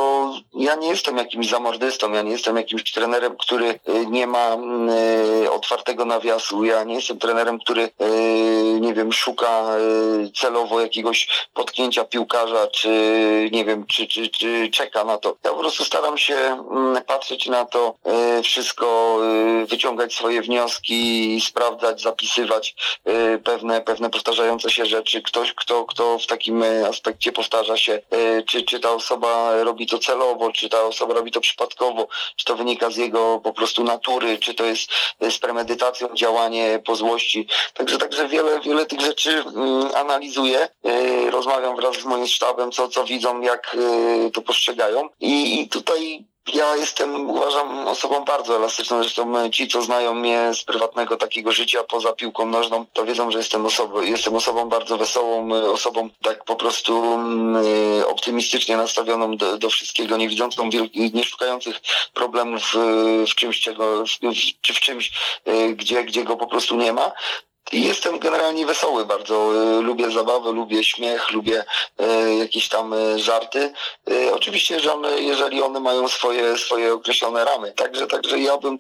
B: ja nie jestem jakimś zamordystą, ja nie jestem jakimś trenerem, który nie ma otwartego nawiasu, ja nie jestem trenerem, który nie wiem, szuka celowo jakiegoś potknięcia piłkarza, czy nie wiem, czy czeka na to. Ja po prostu staram się patrzeć na to wszystko, wyciągać swoje wnioski, sprawdzać, zapisywać pewne powtarzające się rzeczy. Ktoś, kto w takim aspekcie powtarza się, czy ta osoba robi to celowo, czy ta osoba robi to przypadkowo, czy to wynika z jego po prostu natury, czy to jest z premedytacją działanie po złości. Także wiele tych rzeczy analizuję. Rozmawiam wraz z moim sztabem, co widzą, jak to postrzegają. I tutaj ja uważam, osobą bardzo elastyczną. Zresztą ci, co znają mnie z prywatnego takiego życia poza piłką nożną, to wiedzą, że jestem osobą bardzo wesołą, osobą tak po prostu optymistycznie nastawioną do wszystkiego, nie widzącą, nie szukających problemów w czymś, czy w czymś, gdzie go po prostu nie ma. I jestem generalnie wesoły bardzo. Lubię zabawę, lubię śmiech, lubię jakieś tam żarty. Oczywiście, że jeżeli one mają swoje określone ramy. Także ja bym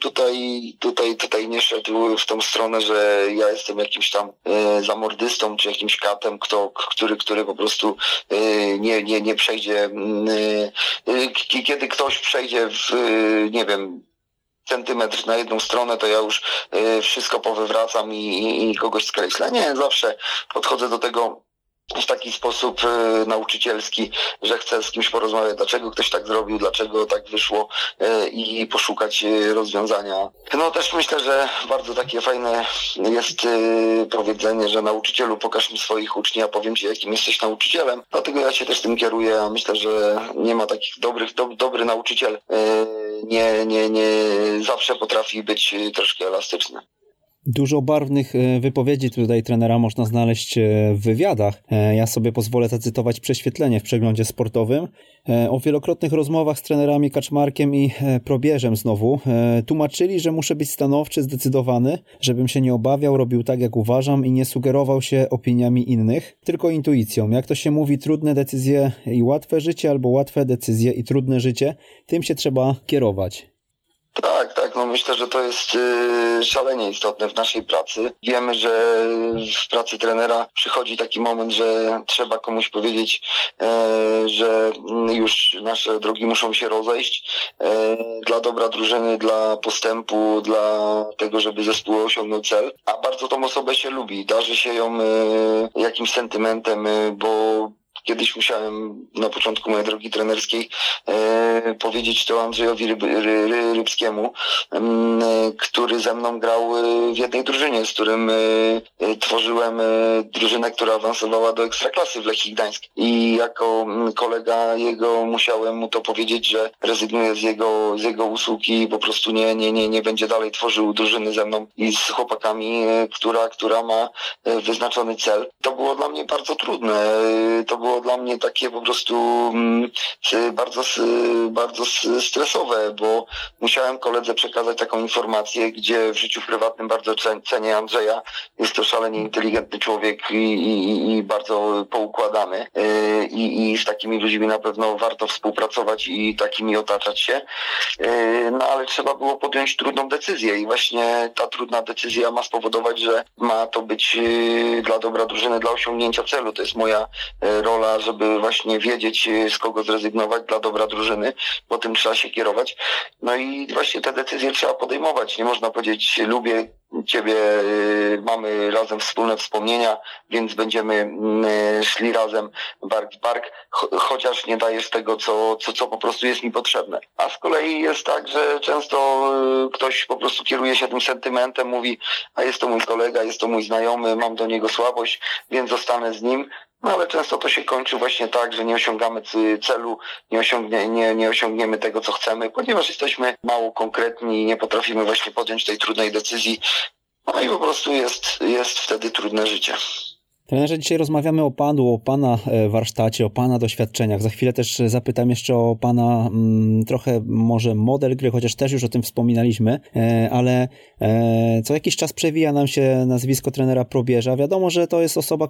B: tutaj nie szedł w tą stronę, że ja jestem jakimś tam zamordystą, czy jakimś katem, który po prostu nie przejdzie. Kiedy ktoś przejdzie nie wiem, centymetr na jedną stronę, to ja już wszystko powywracam i kogoś skreślę. Nie, zawsze podchodzę do tego w taki sposób nauczycielski, że chcę z kimś porozmawiać, dlaczego ktoś tak zrobił, dlaczego tak wyszło i poszukać rozwiązania. No też myślę, że bardzo takie fajne jest powiedzenie, że nauczycielu, pokaż mi swoich uczniów, a powiem ci, jakim jesteś nauczycielem. Dlatego ja się też tym kieruję, a myślę, że nie ma takich dobry nauczyciel nie zawsze potrafi być troszkę elastyczny.
A: Dużo barwnych wypowiedzi tutaj trenera można znaleźć w wywiadach. Ja sobie pozwolę zacytować prześwietlenie w przeglądzie sportowym. O wielokrotnych rozmowach z trenerami Kaczmarkiem i Probierzem znowu tłumaczyli, że muszę być stanowczy, zdecydowany, żebym się nie obawiał, robił tak jak uważam i nie sugerował się opiniami innych, tylko intuicją. Jak to się mówi, trudne decyzje i łatwe życie, albo łatwe decyzje i trudne życie, tym się trzeba kierować.
B: Tak, no myślę, że to jest szalenie istotne w naszej pracy. Wiemy, że w pracy trenera przychodzi taki moment, że trzeba komuś powiedzieć, że już nasze drogi muszą się rozejść dla dobra drużyny, dla postępu, dla tego, żeby zespół osiągnął cel. A bardzo tą osobę się lubi, darzy się ją jakimś sentymentem, bo kiedyś musiałem na początku mojej drogi trenerskiej powiedzieć to Andrzejowi Rybskiemu, który ze mną grał w jednej drużynie, z którym tworzyłem drużynę, która awansowała do Ekstraklasy w Lechii Gdańsk. I jako kolega jego musiałem mu to powiedzieć, że rezygnuję z jego usług i po prostu nie będzie dalej tworzył drużyny ze mną i z chłopakami, która ma wyznaczony cel. To było dla mnie bardzo trudne. To było było dla mnie takie po prostu bardzo stresowe, bo musiałem koledze przekazać taką informację, gdzie w życiu prywatnym bardzo cenię Andrzeja. Jest to szalenie inteligentny człowiek i bardzo poukładany. I z takimi ludźmi na pewno warto współpracować i takimi otaczać się. No ale trzeba było podjąć trudną decyzję i właśnie ta trudna decyzja ma spowodować, że ma to być dla dobra drużyny, dla osiągnięcia celu. To jest moja rola, żeby właśnie wiedzieć, z kogo zrezygnować dla dobra drużyny, bo tym trzeba się kierować. No i właśnie te decyzje trzeba podejmować. Nie można powiedzieć, lubię Ciebie, mamy razem wspólne wspomnienia, więc będziemy szli razem bark w bark, chociaż nie dajesz tego, co po prostu jest mi potrzebne. A z kolei jest tak, że często ktoś po prostu kieruje się tym sentymentem, mówi, a jest to mój kolega, jest to mój znajomy, mam do niego słabość, więc zostanę z nim. No ale często to się kończy właśnie tak, że nie osiągamy celu, nie osiągniemy tego, co chcemy, ponieważ jesteśmy mało konkretni i nie potrafimy właśnie podjąć tej trudnej decyzji. No i po prostu jest wtedy trudne życie.
A: Trenerze, dzisiaj rozmawiamy o Panu, o Pana warsztacie, o Pana doświadczeniach. Za chwilę też zapytam jeszcze o Pana trochę może model gry, chociaż też już o tym wspominaliśmy, ale co jakiś czas przewija nam się nazwisko trenera Probierza. Wiadomo, że to jest osoba,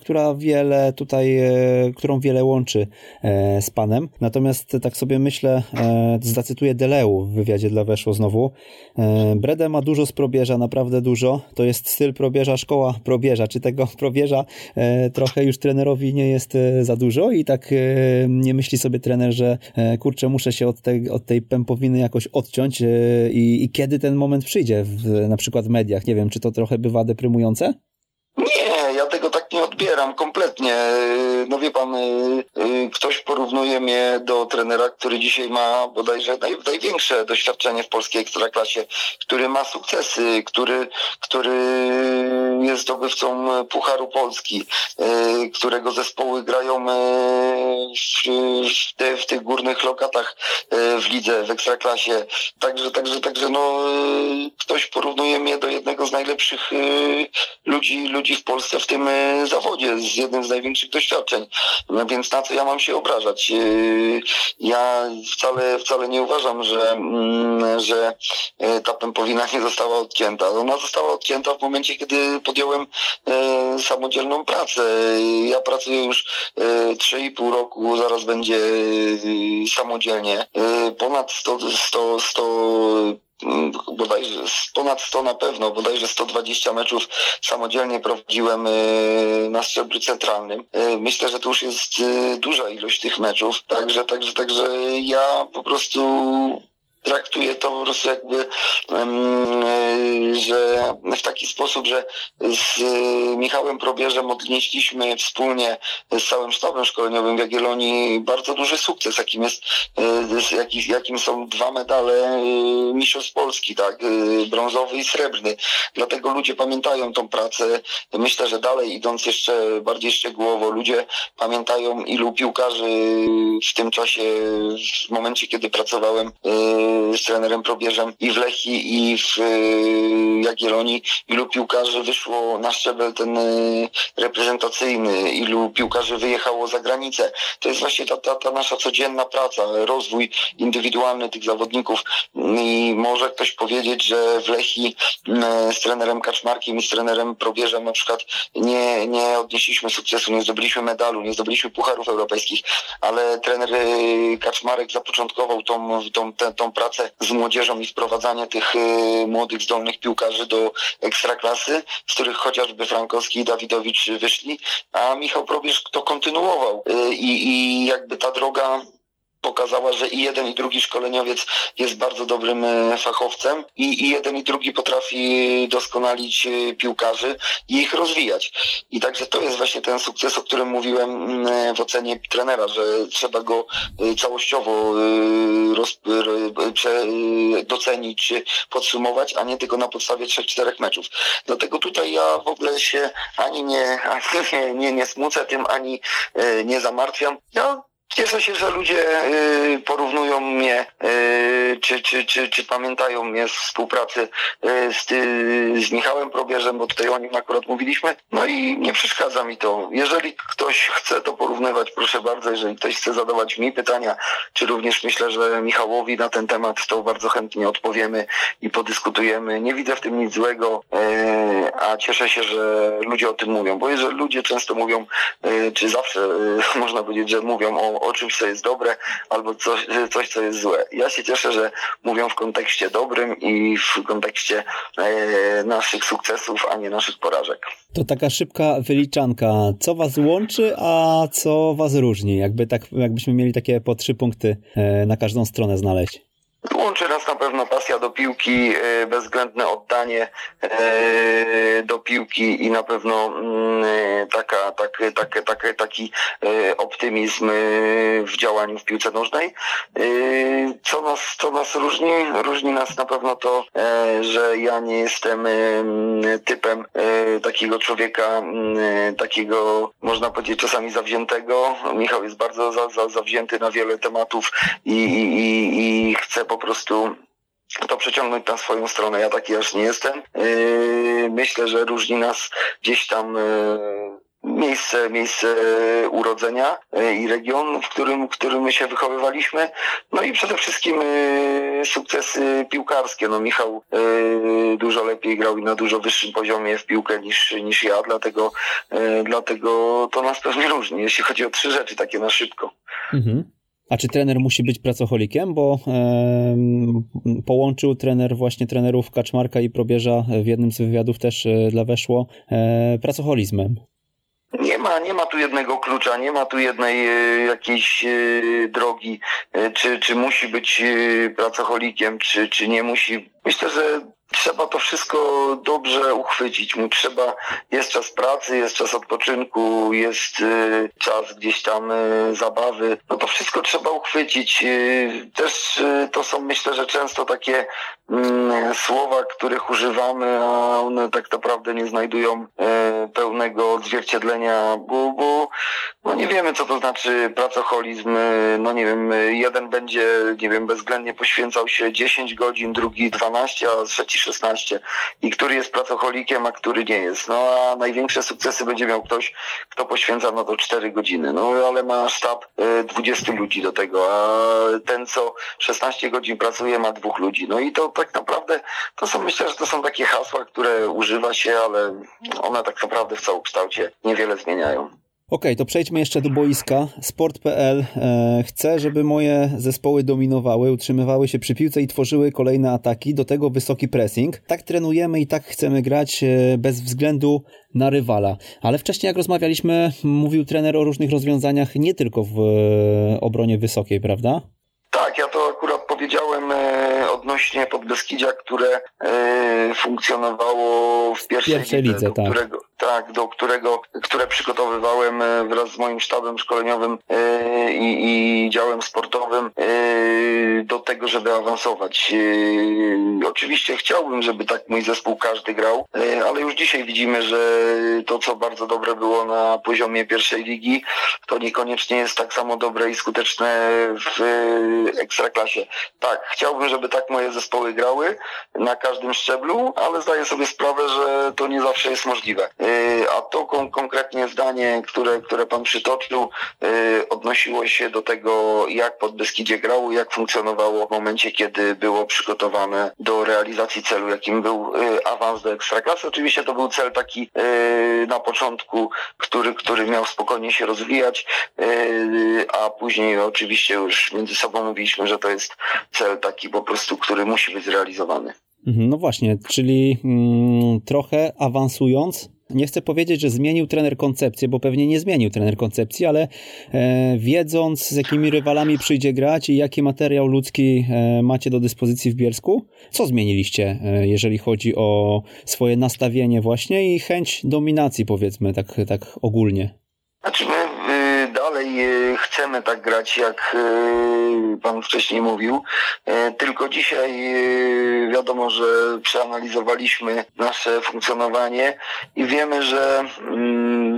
A: którą wiele łączy z Panem. Natomiast tak sobie myślę, zacytuję Deleu w wywiadzie dla Weszło znowu. Bredę ma dużo z Probierza, naprawdę dużo. To jest styl Probierza, szkoła Probierza. Czy tego Probierza trochę już trenerowi nie jest za dużo i tak nie myśli sobie trener, że kurczę, muszę się od tej pępowiny jakoś odciąć i kiedy ten moment przyjdzie na przykład w mediach? Nie wiem, czy to trochę bywa deprymujące?
B: Nie, ja tego tak nie odbieram kompletnie. No wie pan, ktoś porównuje mnie do trenera, który dzisiaj ma bodajże największe doświadczenie w polskiej ekstraklasie, który ma sukcesy, który jest zdobywcą Pucharu Polski, którego zespoły grają w tych górnych lokatach w lidze, w ekstraklasie. Także no ktoś porównuje mnie do jednego z najlepszych ludzi w Polsce w tym zawodzie, z jednym z największych doświadczeń. No więc na co ja mam się obrażać? Ja wcale nie uważam, że ta pępowina nie została odcięta. Ona została odcięta w momencie, kiedy podjąłem samodzielną pracę. Ja pracuję już 3,5 roku, zaraz będzie samodzielnie. Ponad 100 bodajże ponad 100 na pewno, bodajże 120 meczów samodzielnie prowadziłem na szczeblu centralnym. Myślę, że to już jest duża ilość tych meczów, także ja po prostu traktuję to po prostu jakby, że w taki sposób, że z Michałem Probierzem odnieśliśmy wspólnie z całym sztabem szkoleniowym w Jagiellonii bardzo duży sukces, jakim są 2 medale mistrzostw Polski, tak, brązowy i srebrny. Dlatego ludzie pamiętają tą pracę. Myślę, że dalej idąc jeszcze bardziej szczegółowo, ludzie pamiętają, ilu piłkarzy w tym czasie, w momencie kiedy pracowałem z trenerem Probierzem i w Lechii i w Jagiellonii, ilu piłkarzy wyszło na szczebel ten reprezentacyjny, ilu piłkarzy wyjechało za granicę. To jest właśnie ta nasza codzienna praca, rozwój indywidualny tych zawodników. I może ktoś powiedzieć, że w Lechii z trenerem Kaczmarkiem i z trenerem Probierzem na przykład nie odnieśliśmy sukcesu, nie zdobyliśmy medalu, nie zdobyliśmy pucharów europejskich, ale trener Kaczmarek zapoczątkował tą pracę z młodzieżą i wprowadzanie tych młodych, zdolnych piłkarzy do ekstraklasy, z których chociażby Frankowski i Dawidowicz wyszli, a Michał Probierz to kontynuował. I jakby ta droga pokazała, że i jeden, i drugi szkoleniowiec jest bardzo dobrym fachowcem i jeden, i drugi potrafi doskonalić piłkarzy i ich rozwijać. I także to jest właśnie ten sukces, o którym mówiłem w ocenie trenera, że trzeba go całościowo docenić, podsumować, a nie tylko na podstawie 3-4 meczów. Dlatego tutaj ja w ogóle się ani nie smucę tym, ani nie zamartwiam. Ja Cieszę się, że ludzie porównują mnie, czy pamiętają mnie z współpracy z Michałem Probierzem, bo tutaj o nim akurat mówiliśmy. No i nie przeszkadza mi to. Jeżeli ktoś chce to porównywać, proszę bardzo. Jeżeli ktoś chce zadawać mi pytania, czy również myślę, że Michałowi na ten temat, to bardzo chętnie odpowiemy i podyskutujemy. Nie widzę w tym nic złego, a cieszę się, że ludzie o tym mówią, bo jeżeli ludzie często mówią, czy zawsze można powiedzieć, że mówią o czymś, co jest dobre, albo coś, co jest złe. Ja się cieszę, że mówią w kontekście dobrym i w kontekście naszych sukcesów, a nie naszych porażek.
A: To taka szybka wyliczanka. Co was łączy, a co was różni? Jakbyśmy mieli takie po 3 punkty na każdą stronę znaleźć.
B: Łączy nas na pewno pasja do piłki, bezwzględne oddanie do piłki i na pewno taki optymizm w działaniu w piłce nożnej. Co nas różni? Różni nas na pewno to, że ja nie jestem typem takiego człowieka, takiego można powiedzieć czasami zawziętego. Michał jest bardzo zawzięty na wiele tematów i chce po prostu to przeciągnąć na swoją stronę. Ja taki aż nie jestem. Myślę, że różni nas gdzieś tam miejsce urodzenia i region, w którym my się wychowywaliśmy. No i przede wszystkim sukcesy piłkarskie. No Michał dużo lepiej grał i na dużo wyższym poziomie w piłkę niż ja, dlatego to nas pewnie różni, jeśli chodzi o 3 rzeczy takie na szybko.
A: Mhm. A czy trener musi być pracocholikiem? Bo połączył trenerów Kaczmarka i Probierza w jednym z wywiadów też dla Weszło pracoholizmem.
B: Nie ma tu jednego klucza, nie ma tu jednej jakiejś drogi, czy musi być pracocholikiem, czy nie musi. Myślę, że trzeba to wszystko dobrze uchwycić. Jest czas pracy, jest czas odpoczynku, jest czas gdzieś tam zabawy. No to wszystko trzeba uchwycić. Też to są, myślę, że często takie słowa, których używamy, a one tak naprawdę nie znajdują pełnego odzwierciedlenia, bo no nie wiemy, co to znaczy pracoholizm. No nie wiem, jeden będzie, bezwzględnie poświęcał się 10 godzin, drugi 12, a trzeci 16. I który jest pracocholikiem, a który nie jest. No a największe sukcesy będzie miał ktoś, kto poświęca na to 4 godziny. No ale ma sztab 20 ludzi do tego, a ten, co 16 godzin pracuje, ma 2 ludzi. No i to tak naprawdę, myślę, że to są takie hasła, które używa się, ale one tak naprawdę w całokształcie niewiele zmieniają.
A: Okej, to przejdźmy jeszcze do boiska. Sport.pl chce, żeby moje zespoły dominowały, utrzymywały się przy piłce i tworzyły kolejne ataki, do tego wysoki pressing. Tak trenujemy i tak chcemy grać bez względu na rywala. Ale wcześniej, jak rozmawialiśmy, mówił trener o różnych rozwiązaniach nie tylko w obronie wysokiej, prawda?
B: Tak, ja to akurat powiedziałem odnośnie Podbeskidzia, które funkcjonowało w pierwszej lidze, które przygotowywałem wraz z moim sztabem szkoleniowym i działem sportowym do tego, żeby awansować. Oczywiście chciałbym, żeby tak mój zespół każdy grał, ale już dzisiaj widzimy, że to, co bardzo dobre było na poziomie pierwszej ligi, to niekoniecznie jest tak samo dobre i skuteczne w Ekstraklasie. Tak, chciałbym, żeby tak moje zespoły grały na każdym szczeblu, ale zdaję sobie sprawę, że to nie zawsze jest możliwe. A to konkretnie zdanie, które pan przytoczył, odnosiło się do tego, jak Podbeskidzie grało, jak funkcjonowało w momencie, kiedy było przygotowane do realizacji celu, jakim był awans do Ekstraklasy. Oczywiście to był cel taki na początku, który miał spokojnie się rozwijać, a później oczywiście już między sobą mówiliśmy, że to jest cel taki po prostu, który musi być zrealizowany.
A: No właśnie, czyli trochę awansując, nie chcę powiedzieć, że zmienił trener koncepcję, bo pewnie nie zmienił trener koncepcji, ale wiedząc, z jakimi rywalami przyjdzie grać i jaki materiał ludzki macie do dyspozycji w Bielsku, co zmieniliście, jeżeli chodzi o swoje nastawienie właśnie i chęć dominacji, powiedzmy tak ogólnie?
B: Znaczy my dalej chcemy tak grać, jak pan wcześniej mówił, tylko dzisiaj wiadomo, że przeanalizowaliśmy nasze funkcjonowanie i wiemy, że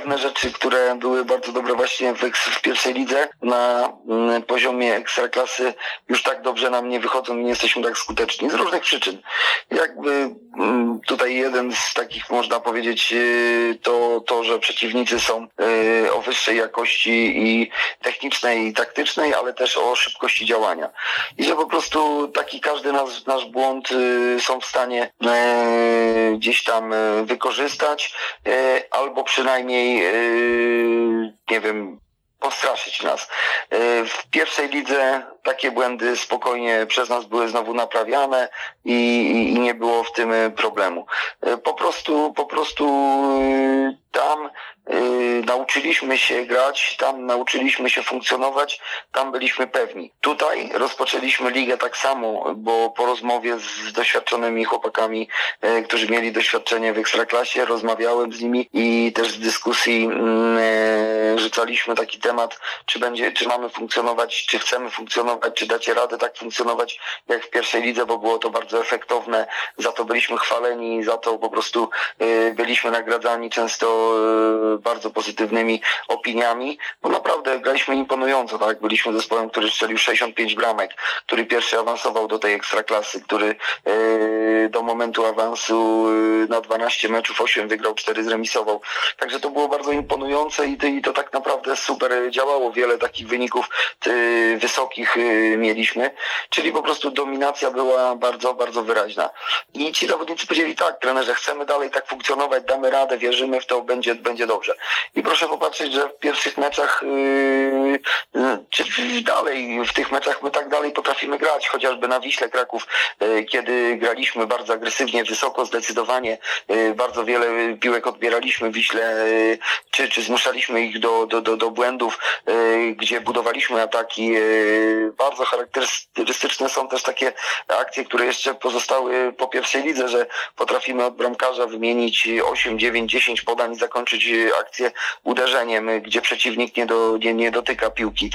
B: pewne rzeczy, które były bardzo dobre właśnie w pierwszej lidze, na poziomie ekstraklasy już tak dobrze nam nie wychodzą i nie jesteśmy tak skuteczni z różnych przyczyn. Jakby tutaj jeden z takich, można powiedzieć, to, że przeciwnicy są o wyższej jakości i technicznej i taktycznej, ale też o szybkości działania. I że po prostu taki każdy nasz błąd są w stanie gdzieś tam wykorzystać, albo przynajmniej nie wiem, postraszyć nas. W pierwszej lidze takie błędy spokojnie przez nas były znowu naprawiane i nie było w tym problemu. Po prostu tam nauczyliśmy się grać, tam nauczyliśmy się funkcjonować, tam byliśmy pewni. Tutaj rozpoczęliśmy ligę tak samo, bo po rozmowie z doświadczonymi chłopakami, którzy mieli doświadczenie w Ekstraklasie, rozmawiałem z nimi i też w dyskusji rzucaliśmy taki temat, czy mamy funkcjonować, czy chcemy funkcjonować, czy dacie radę tak funkcjonować jak w pierwszej lidze, bo było to bardzo efektowne, za to byliśmy chwaleni, za to po prostu byliśmy nagradzani często bardzo pozytywnymi opiniami, bo naprawdę graliśmy imponująco, tak? Byliśmy zespołem, który strzelił 65 bramek, który pierwszy awansował do tej ekstraklasy, który do momentu awansu na 12 meczów 8 wygrał, 4 zremisował. Także to było bardzo imponujące i to tak naprawdę super działało. Wiele takich wyników wysokich mieliśmy, czyli po prostu dominacja była bardzo, bardzo wyraźna. I ci zawodnicy powiedzieli: tak, trenerze, chcemy dalej tak funkcjonować, damy radę, wierzymy w to, będzie dobrze. I proszę popatrzeć, że w pierwszych meczach, czy dalej w tych meczach my tak dalej potrafimy grać, chociażby na Wiśle Kraków, kiedy graliśmy bardzo agresywnie, wysoko, zdecydowanie, bardzo wiele piłek odbieraliśmy Wiśle, czy zmuszaliśmy ich do błędów, gdzie budowaliśmy ataki. Bardzo charakterystyczne są też takie akcje, które jeszcze pozostały po pierwszej lidze, że potrafimy od bramkarza wymienić 8, 9, 10 podań i zakończyć akcję uderzeniem, gdzie przeciwnik nie dotyka piłki.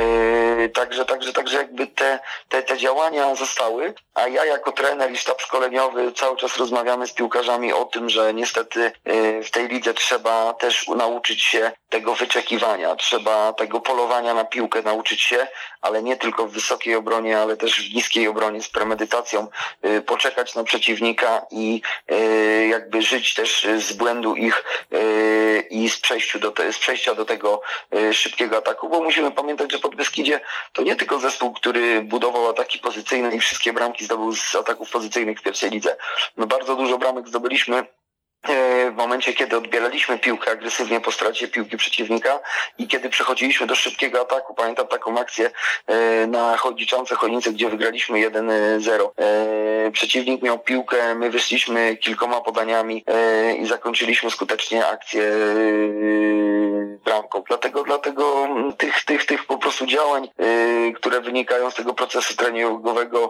B: Także jakby te działania zostały, a ja jako trener i sztab szkoleniowy cały czas rozmawiamy z piłkarzami o tym, że niestety w tej lidze trzeba też nauczyć się tego wyczekiwania, trzeba tego polowania na piłkę nauczyć się, ale nie tylko w wysokiej obronie, ale też w niskiej obronie z premedytacją, poczekać na przeciwnika i jakby żyć też z błędu ich i z przejścia do tego szybkiego ataku, bo musimy pamiętać, że Podbeskidzie to nie tylko zespół, który budował ataki pozycyjne i wszystkie bramki zdobył z ataków pozycyjnych w pierwszej lidze. My bardzo dużo bramek zdobyliśmy w momencie, kiedy odbieraliśmy piłkę agresywnie po stracie piłki przeciwnika i kiedy przechodziliśmy do szybkiego ataku. Pamiętam taką akcję na Chojnice, gdzie wygraliśmy 1-0. Przeciwnik miał piłkę, my wyszliśmy kilkoma podaniami i zakończyliśmy skutecznie akcję bramką. Dlatego tych po prostu działań, które wynikają z tego procesu treningowego,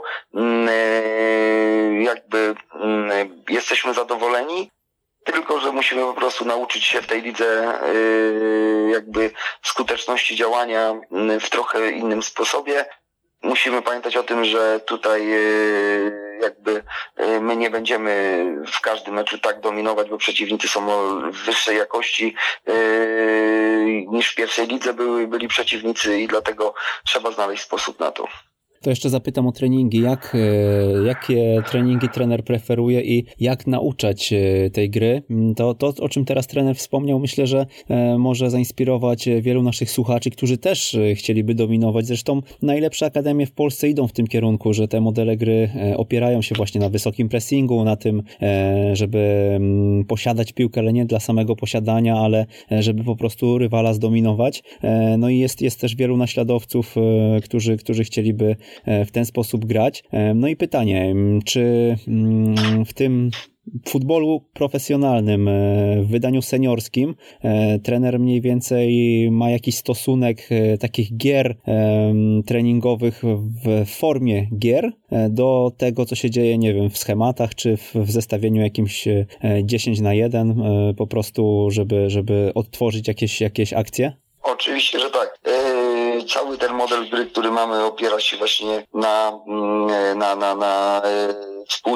B: jakby jesteśmy zadowoleni. Tylko że musimy po prostu nauczyć się w tej lidze jakby skuteczności działania w trochę innym sposobie. Musimy pamiętać o tym, że tutaj jakby my nie będziemy w każdym meczu tak dominować, bo przeciwnicy są o wyższej jakości niż w pierwszej lidze byli przeciwnicy i dlatego trzeba znaleźć sposób na to.
A: To jeszcze zapytam o treningi. Jakie treningi trener preferuje i jak nauczać tej gry? To, o czym teraz trener wspomniał, myślę, że może zainspirować wielu naszych słuchaczy, którzy też chcieliby dominować. Zresztą najlepsze akademie w Polsce idą w tym kierunku, że te modele gry opierają się właśnie na wysokim pressingu, na tym, żeby posiadać piłkę, ale nie dla samego posiadania, ale żeby po prostu rywala zdominować. No i jest też wielu naśladowców, którzy chcieliby w ten sposób grać. No i pytanie, czy w tym futbolu profesjonalnym, w wydaniu seniorskim trener mniej więcej ma jakiś stosunek takich gier treningowych w formie gier do tego, co się dzieje, nie wiem, w schematach, czy w zestawieniu jakimś 10-1 po prostu, żeby odtworzyć jakieś akcje?
B: Oczywiście, że tak. Cały ten model gry, który mamy, opiera się właśnie na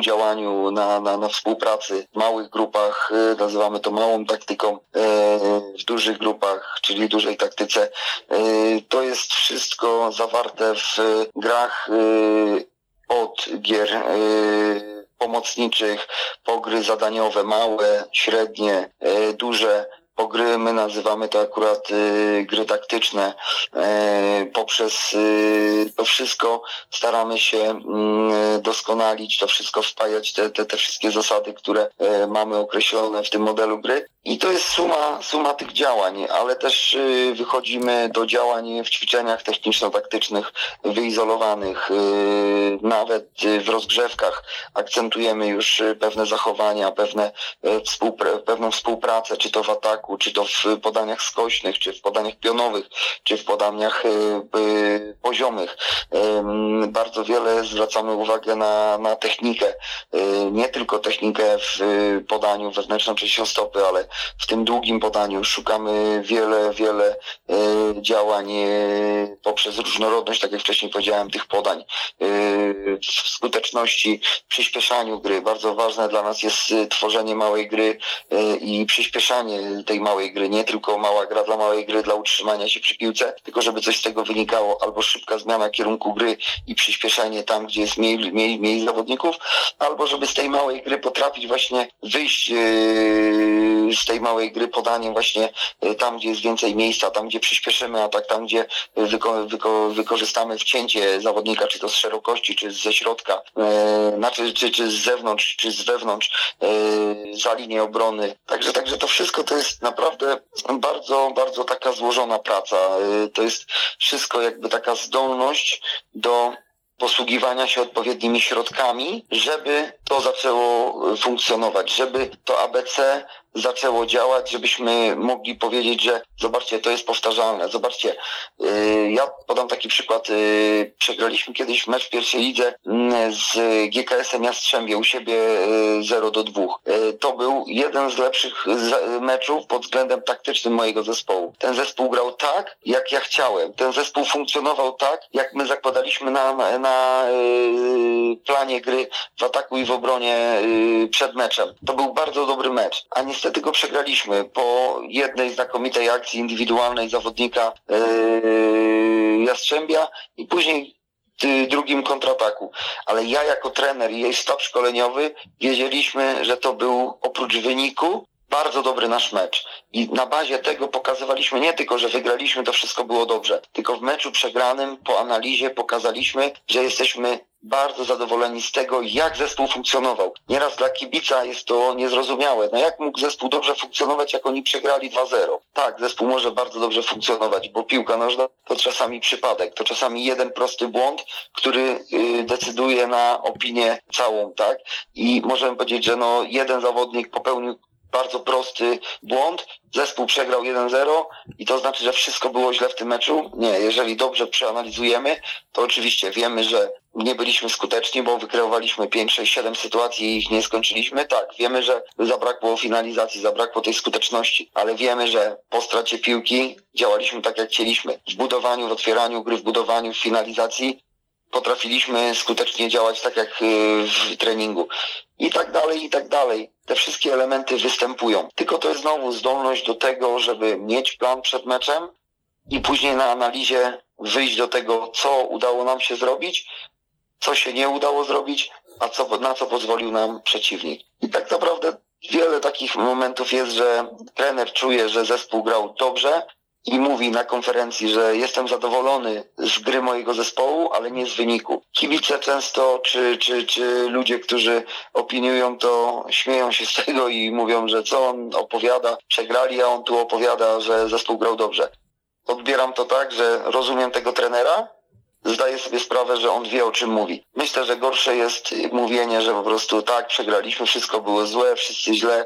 B: współdziałaniu, na współpracy w małych grupach, nazywamy to małą taktyką. w dużych grupach, czyli dużej taktyce. To jest wszystko zawarte w grach od gier pomocniczych, po gry zadaniowe, małe, średnie, duże. Po gry my nazywamy to akurat gry taktyczne. Poprzez to wszystko staramy się doskonalić, to wszystko wpajać, te wszystkie zasady, które mamy określone w tym modelu gry. I to jest suma tych działań, ale też wychodzimy do działań w ćwiczeniach techniczno-taktycznych wyizolowanych. Nawet w rozgrzewkach akcentujemy już pewne zachowania, pewną współpracę, czy to w ataku, czy to w podaniach skośnych, czy w podaniach pionowych, czy w podaniach poziomych. Bardzo wiele zwracamy uwagę na technikę. Nie tylko technikę w podaniu wewnętrzną częścią stopy, ale w tym długim podaniu szukamy wiele działań poprzez różnorodność, tak jak wcześniej powiedziałem, tych podań. W skuteczności, w przyspieszaniu gry. Bardzo ważne dla nas jest tworzenie małej gry i przyspieszanie tej małej gry. Nie tylko mała gra dla małej gry, dla utrzymania się przy piłce, tylko żeby coś z tego wynikało. Albo szybka zmiana kierunku gry i przyspieszenie tam, gdzie jest mniej zawodników, albo żeby z tej małej gry potrafić właśnie wyjść z tej małej gry podaniem właśnie tam, gdzie jest więcej miejsca, tam, gdzie przyspieszymy atak, tam, gdzie wykorzystamy wcięcie zawodnika, czy to z szerokości, czy ze środka, czy z zewnątrz, czy z wewnątrz, za linię obrony. Także to wszystko to jest naprawdę bardzo taka złożona praca. To jest wszystko jakby taka zdolność do posługiwania się odpowiednimi środkami, żeby to zaczęło funkcjonować, żeby to ABC zaczęło działać, żebyśmy mogli powiedzieć, że zobaczcie, to jest powtarzalne. Zobaczcie, ja podam taki przykład. Przegraliśmy kiedyś mecz w pierwszej lidze z GKS-em Jastrzębie u siebie 0-2. To był jeden z lepszych meczów pod względem taktycznym mojego zespołu. Ten zespół grał tak, jak ja chciałem. Ten zespół funkcjonował tak, jak my zakładaliśmy na planie gry w ataku i w obronie przed meczem. To był bardzo dobry mecz, a niestety go przegraliśmy po jednej znakomitej akcji indywidualnej zawodnika Jastrzębia i później drugim kontrataku. Ale ja jako trener i jej sztab szkoleniowy wiedzieliśmy, że to był oprócz wyniku bardzo dobry nasz mecz. I na bazie tego pokazywaliśmy nie tylko, że wygraliśmy, to wszystko było dobrze, tylko w meczu przegranym po analizie pokazaliśmy, że jesteśmy bardzo zadowoleni z tego, jak zespół funkcjonował. Nieraz dla kibica jest to niezrozumiałe. No jak mógł zespół dobrze funkcjonować, jak oni przegrali 2-0? Tak, zespół może bardzo dobrze funkcjonować, bo piłka nożna to czasami przypadek, to czasami jeden prosty błąd, który decyduje na opinię całą, tak? I możemy powiedzieć, że jeden zawodnik popełnił bardzo prosty błąd, zespół przegrał 1-0 i to znaczy, że wszystko było źle w tym meczu? Nie, jeżeli dobrze przeanalizujemy, to oczywiście wiemy, że nie byliśmy skuteczni, bo wykreowaliśmy 5, 6, 7 sytuacji i ich nie skończyliśmy. Tak, wiemy, że zabrakło finalizacji, zabrakło tej skuteczności, ale wiemy, że po stracie piłki działaliśmy tak, jak chcieliśmy. W budowaniu, w otwieraniu gry, w budowaniu, w finalizacji potrafiliśmy skutecznie działać tak, jak w treningu. I tak dalej, i tak dalej. Te wszystkie elementy występują. Tylko to jest znowu zdolność do tego, żeby mieć plan przed meczem i później na analizie wyjść do tego, co udało nam się zrobić, co się nie udało zrobić, a na co pozwolił nam przeciwnik. I tak naprawdę wiele takich momentów jest, że trener czuje, że zespół grał dobrze i mówi na konferencji, że jestem zadowolony z gry mojego zespołu, ale nie z wyniku. Kibice często, czy ludzie, którzy opiniują to, śmieją się z tego i mówią, że co on opowiada, przegrali, a on tu opowiada, że zespół grał dobrze. Odbieram to tak, że rozumiem tego trenera, zdaję sobie sprawę, że on wie, o czym mówi. Myślę, że gorsze jest mówienie, że po prostu tak, przegraliśmy, wszystko było złe, wszyscy źle,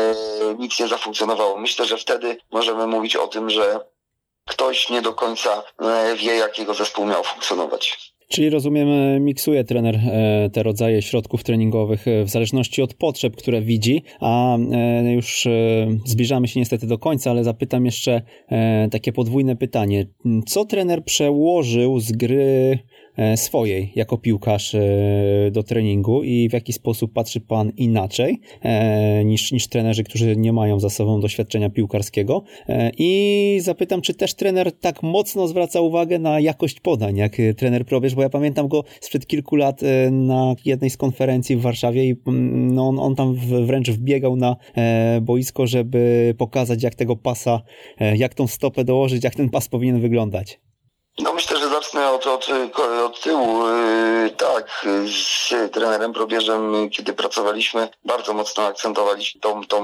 B: nic nie zafunkcjonowało. Myślę, że wtedy możemy mówić o tym, że ktoś nie do końca wie, jak jego zespół miał funkcjonować.
A: Czyli rozumiem, miksuje trener te rodzaje środków treningowych w zależności od potrzeb, które widzi, a już zbliżamy się niestety do końca, ale zapytam jeszcze takie podwójne pytanie. Co trener przełożył z gry swojej jako piłkarz do treningu i w jaki sposób patrzy pan inaczej niż trenerzy, którzy nie mają za sobą doświadczenia piłkarskiego. I zapytam, czy też trener tak mocno zwraca uwagę na jakość podań, jak trener Probierz, bo ja pamiętam go sprzed kilku lat na jednej z konferencji w Warszawie i no, on tam wręcz wbiegał na boisko, żeby pokazać, jak tego pasa, jak tą stopę dołożyć, jak ten pas powinien wyglądać.
B: No myślę, że zacznę od tyłu. Tak, z trenerem Probierzem, kiedy pracowaliśmy, bardzo mocno akcentowaliśmy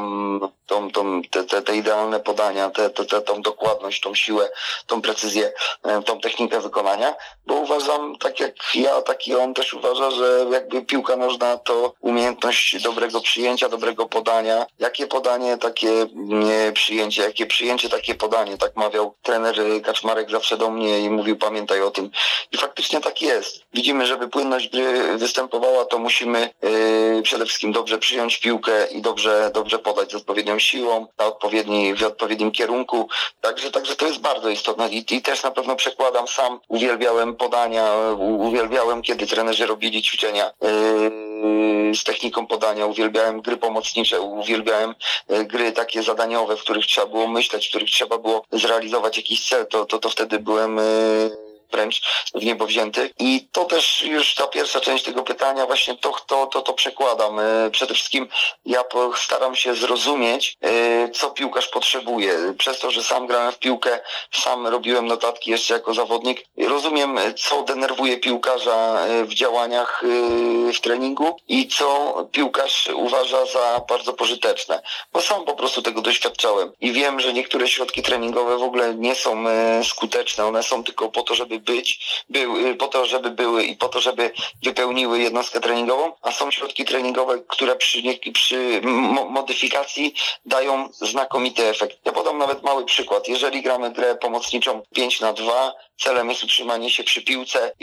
B: te idealne podania, tą dokładność, tą siłę, tą precyzję, tą technikę wykonania, bo uważam, tak jak ja, tak i on też uważa, że jakby piłka nożna to umiejętność dobrego przyjęcia, dobrego podania. Jakie podanie, takie przyjęcie, jakie przyjęcie, takie podanie. Tak mawiał trener Kaczmarek zawsze do mnie i mówił, pamiętaj o tym. I faktycznie tak jest. Widzimy, żeby płynność gry występowała, to musimy przede wszystkim dobrze przyjąć piłkę i dobrze podać z odpowiednią siłą, w odpowiednim kierunku. Także to jest bardzo istotne i też na pewno przekładam sam. Uwielbiałem podania, uwielbiałem, kiedy trenerzy robili ćwiczenia z techniką podania, uwielbiałem gry pomocnicze, uwielbiałem gry takie zadaniowe, w których trzeba było myśleć, w których trzeba było zrealizować jakiś cel, to wtedy byłem wręcz w niebo wzięty. I to też już ta pierwsza część tego pytania, właśnie to przekładam. Przede wszystkim ja staram się zrozumieć, co piłkarz potrzebuje. Przez to, że sam grałem w piłkę, sam robiłem notatki jeszcze jako zawodnik, rozumiem, co denerwuje piłkarza w działaniach w treningu i co piłkarz uważa za bardzo pożyteczne. Bo sam po prostu tego doświadczałem i wiem, że niektóre środki treningowe w ogóle nie są skuteczne. One są tylko po to, żeby po to, żeby były i po to, żeby wypełniły jednostkę treningową, a są środki treningowe, które przy modyfikacji dają znakomity efekt. Ja podam nawet mały przykład. Jeżeli gramy grę pomocniczą 5-2, celem jest utrzymanie się przy piłce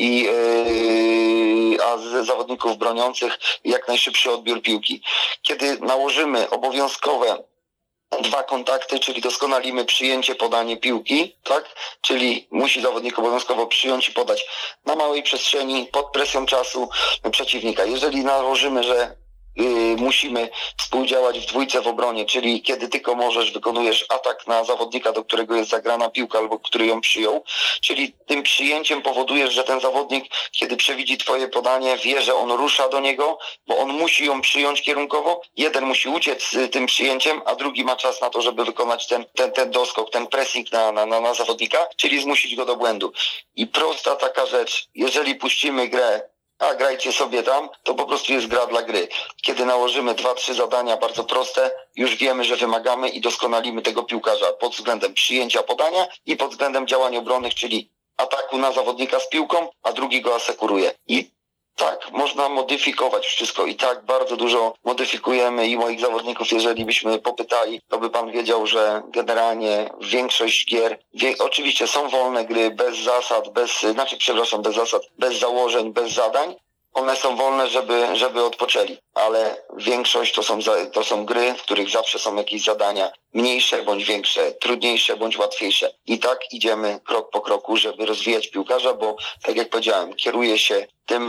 B: a z zawodników broniących jak najszybszy odbiór piłki. Kiedy nałożymy obowiązkowe 2 kontakty, czyli doskonalimy przyjęcie, podanie piłki, tak? Czyli musi zawodnik obowiązkowo przyjąć i podać na małej przestrzeni, pod presją czasu przeciwnika. Jeżeli nałożymy, że musimy współdziałać w dwójce w obronie, czyli kiedy tylko możesz, wykonujesz atak na zawodnika, do którego jest zagrana piłka albo który ją przyjął, czyli tym przyjęciem powodujesz, że ten zawodnik, kiedy przewidzi twoje podanie, wie, że on rusza do niego, bo on musi ją przyjąć kierunkowo, jeden musi uciec tym przyjęciem, a drugi ma czas na to, żeby wykonać ten doskok, ten pressing na zawodnika, czyli zmusić go do błędu. I prosta taka rzecz, jeżeli puścimy grę, a grajcie sobie tam, to po prostu jest gra dla gry. Kiedy nałożymy 2-3 zadania bardzo proste, już wiemy, że wymagamy i doskonalimy tego piłkarza pod względem przyjęcia podania i pod względem działań obronnych, czyli ataku na zawodnika z piłką, a drugi go asekuruje. I tak, można modyfikować wszystko i tak bardzo dużo modyfikujemy i moich zawodników, jeżeli byśmy popytali, to by pan wiedział, że generalnie większość gier, oczywiście są wolne gry bez zasad, bez założeń, bez zadań. One są wolne, żeby odpoczęli, ale większość to są gry, w których zawsze są jakieś zadania, mniejsze bądź większe, trudniejsze bądź łatwiejsze. I tak idziemy krok po kroku, żeby rozwijać piłkarza, bo tak jak powiedziałem, kieruję się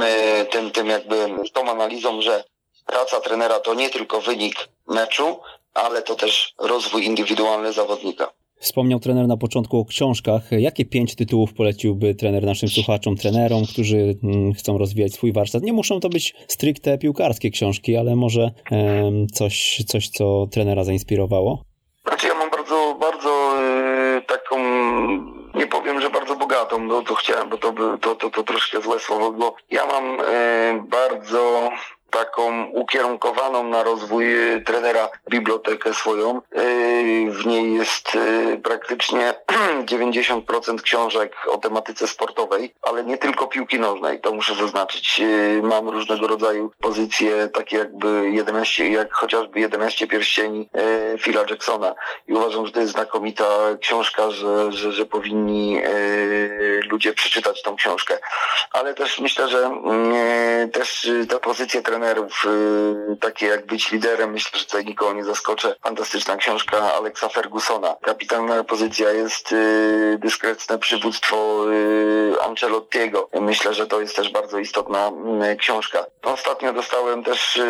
B: tą analizą, że praca trenera to nie tylko wynik meczu, ale to też rozwój indywidualny zawodnika.
A: Wspomniał trener na początku o książkach. Jakie 5 tytułów poleciłby trener naszym słuchaczom, trenerom, którzy chcą rozwijać swój warsztat? Nie muszą to być stricte piłkarskie książki, ale może coś, co trenera zainspirowało?
B: Znaczy ja mam bardzo taką, nie powiem, że bardzo bogatą, no to chciałem, bo to troszkę złe słowo, bo ja mam bardzo taką ukierunkowaną na rozwój trenera bibliotekę swoją. W niej jest praktycznie 90% książek o tematyce sportowej, ale nie tylko piłki nożnej, to muszę zaznaczyć. Mam różnego rodzaju pozycje, takie jak chociażby 11 pierścieni Phila Jacksona i uważam, że to jest znakomita książka, że powinni ludzie przeczytać tą książkę. Ale też myślę, że też te pozycje trenerów, takie jak być liderem, myślę, że tutaj nikogo nie zaskoczę. Fantastyczna książka Alexa Fergusona. Kapitalna pozycja jest dyskretne przywództwo Ancelottiego. Myślę, że to jest też bardzo istotna książka. Ostatnio dostałem też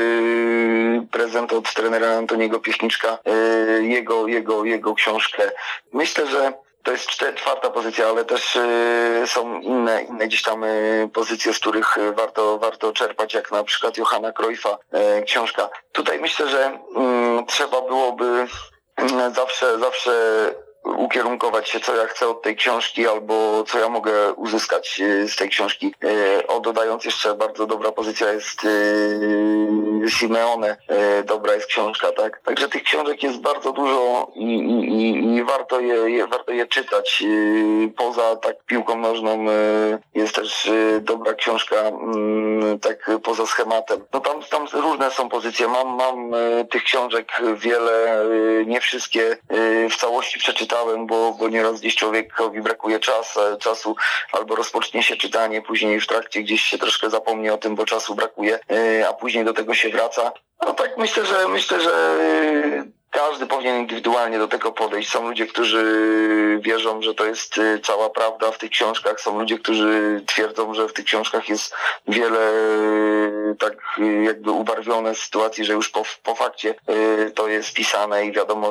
B: prezent od trenera Antoniego Piechniczka, jego książkę. Myślę, że to jest czwarta pozycja, ale też są inne gdzieś tam pozycje, z których warto czerpać, jak na przykład Johanna Cruyffa książka. Tutaj myślę, że trzeba byłoby zawsze ukierunkować się, co ja chcę od tej książki, albo co ja mogę uzyskać z tej książki. Dodając jeszcze, bardzo dobra pozycja jest Simeone, dobra jest książka, tak? Także tych książek jest bardzo dużo i warto je czytać. Poza tak piłką nożną jest też dobra książka, tak poza schematem. No tam różne są pozycje. Mam tych książek wiele, nie wszystkie w całości przeczytałem, bo nieraz gdzieś człowiekowi brakuje czasu, albo rozpocznie się czytanie, później w trakcie gdzieś się troszkę zapomni o tym, bo czasu brakuje, a później do tego się wraca. No tak myślę, że każdy powinien indywidualnie do tego podejść. Są ludzie, którzy wierzą, że to jest cała prawda w tych książkach. Są ludzie, którzy twierdzą, że w tych książkach jest wiele tak jakby ubarwione sytuacji, że już po fakcie to jest pisane i wiadomo,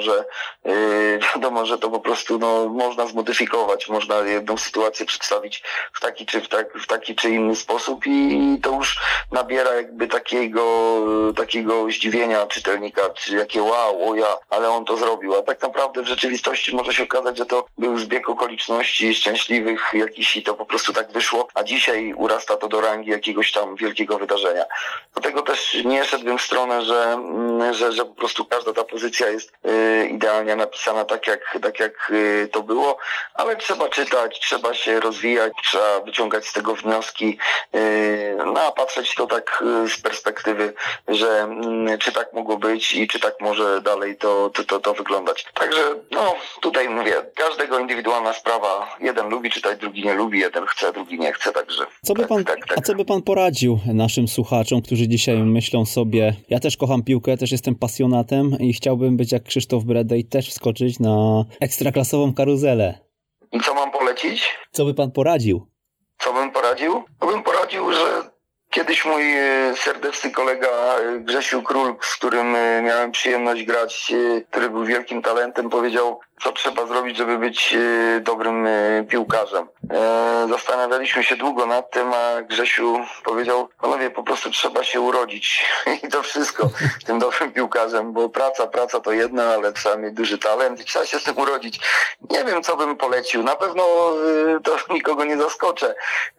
B: że to po prostu można zmodyfikować, można jedną sytuację przedstawić w taki czy inny sposób i to już nabiera jakby takiego zdziwienia czytelnika, czy jakie wow, ale on to zrobił, a tak naprawdę w rzeczywistości może się okazać, że to był zbieg okoliczności szczęśliwych jakiś i to po prostu tak wyszło, a dzisiaj urasta to do rangi jakiegoś tam wielkiego wydarzenia. Dlatego też nie szedłbym w stronę, że po prostu każda ta pozycja jest idealnie napisana tak jak to było, ale trzeba czytać, trzeba się rozwijać, trzeba wyciągać z tego wnioski, a patrzeć to tak z perspektywy, że czy tak mogło być i czy tak może dalej to wyglądać. Także tutaj mówię, każdego indywidualna sprawa. Jeden lubi czytać, drugi nie lubi, jeden chce, drugi nie chce, także...
A: Co by pan poradził naszym słuchaczom, którzy dzisiaj myślą sobie, ja też kocham piłkę, też jestem pasjonatem i chciałbym być jak Krzysztof Bredej i też wskoczyć na ekstraklasową karuzelę.
B: I co mam polecić?
A: Co by pan poradził?
B: Co bym poradził? Bym poradził, że kiedyś mój serdeczny kolega Grzesiu Król, z którym miałem przyjemność grać, który był wielkim talentem, powiedział, co trzeba zrobić, żeby być dobrym piłkarzem. Zastanawialiśmy się długo nad tym, a Grzesiu powiedział, panowie, po prostu trzeba się urodzić i to wszystko tym dobrym piłkarzem, bo praca to jedno, ale trzeba mieć duży talent i trzeba się z tym urodzić. Nie wiem, co bym polecił. Na pewno to nikogo nie zaskoczę.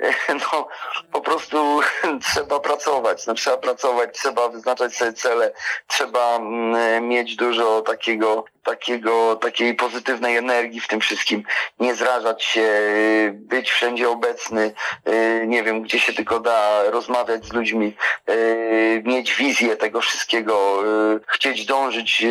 B: Po prostu trzeba pracować. Trzeba wyznaczać sobie cele, trzeba mieć dużo takiej pozytywnej energii w tym wszystkim, nie zrażać się, być wszędzie obecny, nie wiem, gdzie się tylko da, rozmawiać z ludźmi, mieć wizję tego wszystkiego, chcieć dążyć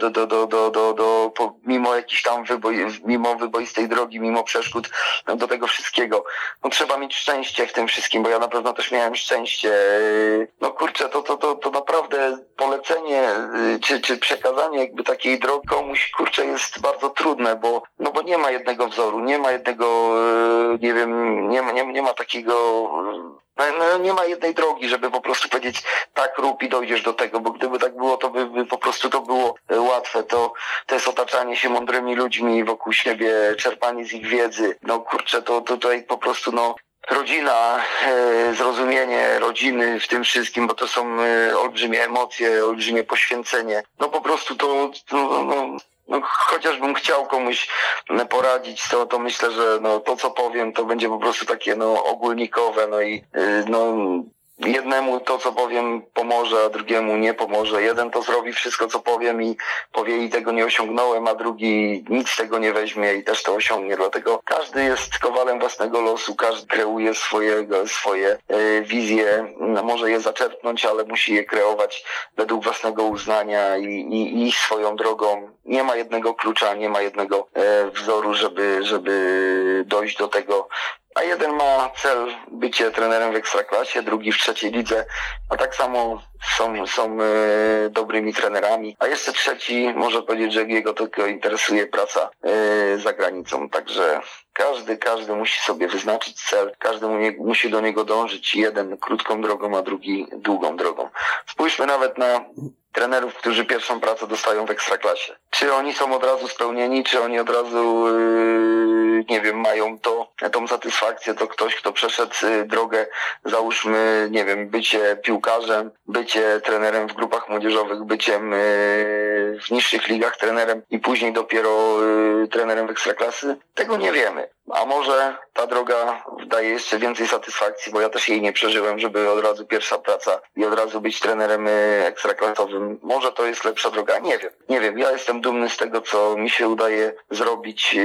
B: mimo jakichś tam mimo wyboistej drogi, mimo przeszkód, do tego wszystkiego. Trzeba mieć szczęście w tym wszystkim, bo ja na pewno też miałem szczęście. To naprawdę polecenie, czy przekazanie jakby takiej drogi komuś, jest bardzo trudne, bo nie ma jednego wzoru, nie ma jednego, nie wiem, nie ma takiego, nie ma jednej drogi, żeby po prostu powiedzieć tak rób i dojdziesz do tego, bo gdyby tak było, to by po prostu to było łatwe. To jest otaczanie się mądrymi ludźmi wokół siebie, czerpanie z ich wiedzy. To tutaj po prostu rodzina, zrozumienie rodziny w tym wszystkim, bo to są olbrzymie emocje, olbrzymie poświęcenie. Po prostu chociażbym chciał komuś poradzić, to myślę, że to, co powiem, to będzie po prostu takie ogólnikowe, jednemu to, co powiem, pomoże, a drugiemu nie pomoże. Jeden to zrobi wszystko, co powiem i powie i tego nie osiągnąłem, a drugi nic z tego nie weźmie i też to osiągnie. Dlatego każdy jest kowalem własnego losu, każdy kreuje swoje wizje. Może je zaczerpnąć, ale musi je kreować według własnego uznania i iść swoją drogą. Nie ma jednego klucza, nie ma jednego wzoru, żeby dojść do tego, A jeden ma cel bycie trenerem w Ekstraklasie, drugi w trzeciej lidze, a tak samo są dobrymi trenerami, a jeszcze trzeci może powiedzieć, że jego tylko interesuje praca za granicą, także każdy musi sobie wyznaczyć cel, każdy musi do niego dążyć, jeden krótką drogą, a drugi długą drogą. Spójrzmy nawet na trenerów, którzy pierwszą pracę dostają w Ekstraklasie. Czy oni są od razu spełnieni, czy oni od razu nie wiem, mają tą satysfakcję, to ktoś, kto przeszedł drogę, załóżmy, nie wiem, bycie piłkarzem, bycie trenerem w grupach młodzieżowych, byciem w niższych ligach trenerem i później dopiero trenerem w Ekstraklasy? Tego nie wiemy. A może ta droga daje jeszcze więcej satysfakcji, bo ja też jej nie przeżyłem, żeby od razu pierwsza praca i od razu być trenerem ekstraklasowym. Może to jest lepsza droga? Nie wiem. Ja jestem dumny z tego, co mi się udaje zrobić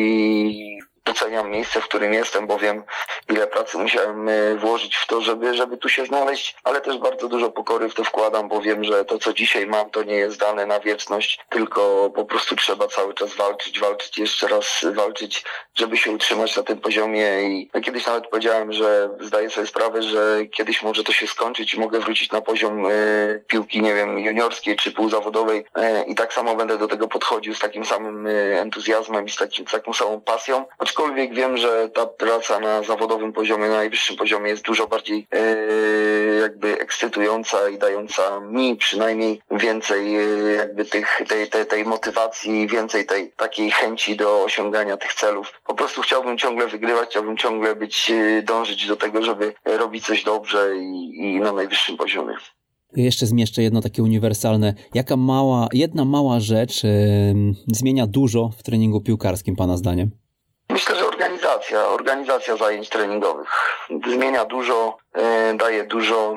B: i doceniam miejsce, w którym jestem, bo wiem, ile pracy musiałem włożyć w to, żeby tu się znaleźć, ale też bardzo dużo pokory w to wkładam, bo wiem, że to, co dzisiaj mam, to nie jest dane na wieczność, tylko po prostu trzeba cały czas walczyć, jeszcze raz walczyć, żeby się utrzymać na tym poziomie. I kiedyś nawet powiedziałem, że zdaję sobie sprawę, że kiedyś może to się skończyć i mogę wrócić na poziom piłki, nie wiem, juniorskiej czy półzawodowej i tak samo będę do tego podchodził z takim samym entuzjazmem i z taką samą pasją. Aczkolwiek wiem, że ta praca na zawodowym poziomie, na najwyższym poziomie jest dużo bardziej jakby ekscytująca i dająca mi przynajmniej więcej jakby tej motywacji, więcej tej takiej chęci do osiągania tych celów. Po prostu chciałbym ciągle wygrywać, chciałbym ciągle dążyć do tego, żeby robić coś dobrze i na najwyższym poziomie.
A: Jeszcze zmieszczę jedno takie uniwersalne. Jedna mała rzecz zmienia dużo w treningu piłkarskim, Pana zdaniem?
B: Myślę, że organizacja zajęć treningowych zmienia dużo, daje dużo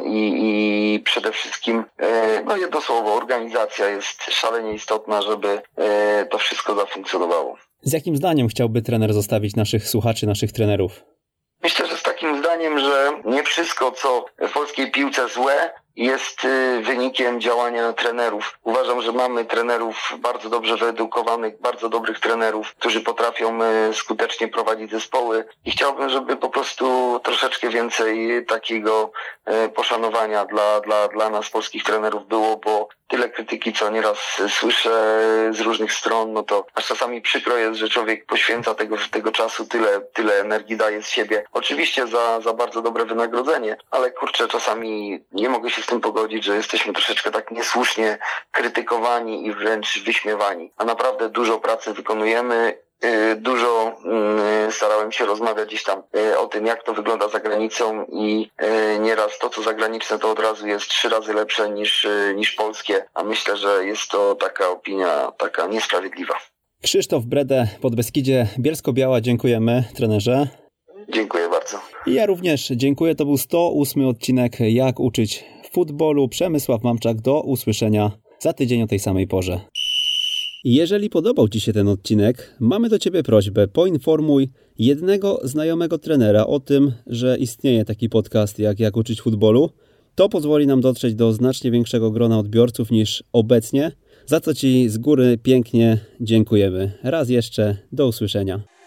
B: i przede wszystkim, jedno słowo, organizacja jest szalenie istotna, żeby to wszystko zafunkcjonowało.
A: Z jakim zdaniem chciałby trener zostawić naszych słuchaczy, naszych trenerów?
B: Myślę, że z takim zdaniem, że nie wszystko, co w polskiej piłce złe, jest wynikiem działania trenerów. Uważam, że mamy trenerów bardzo dobrze wyedukowanych, bardzo dobrych trenerów, którzy potrafią skutecznie prowadzić zespoły i chciałbym, żeby po prostu troszeczkę więcej takiego poszanowania dla nas, polskich trenerów było, bo tyle krytyki, co nieraz słyszę z różnych stron, no to aż czasami przykro jest, że człowiek poświęca tego czasu, tyle energii daje z siebie. Oczywiście za bardzo dobre wynagrodzenie, ale kurczę, czasami nie mogę się z tym pogodzić, że jesteśmy troszeczkę tak niesłusznie krytykowani i wręcz wyśmiewani. A naprawdę dużo pracy wykonujemy. Dużo starałem się rozmawiać gdzieś tam o tym, jak to wygląda za granicą i nieraz to, co zagraniczne, to od razu jest 3 razy lepsze niż polskie, a myślę, że jest to taka opinia, taka niesprawiedliwa.
A: Krzysztof Brede, Podbeskidzie, Bielsko-Biała, dziękujemy, trenerze.
B: Dziękuję bardzo.
A: I ja również dziękuję, to był 108 odcinek Jak uczyć futbolu. Przemysław Mamczak, do usłyszenia za tydzień o tej samej porze. Jeżeli podobał Ci się ten odcinek, mamy do Ciebie prośbę, poinformuj jednego znajomego trenera o tym, że istnieje taki podcast jak uczyć futbolu. To pozwoli nam dotrzeć do znacznie większego grona odbiorców niż obecnie, za co Ci z góry pięknie dziękujemy. Raz jeszcze, do usłyszenia.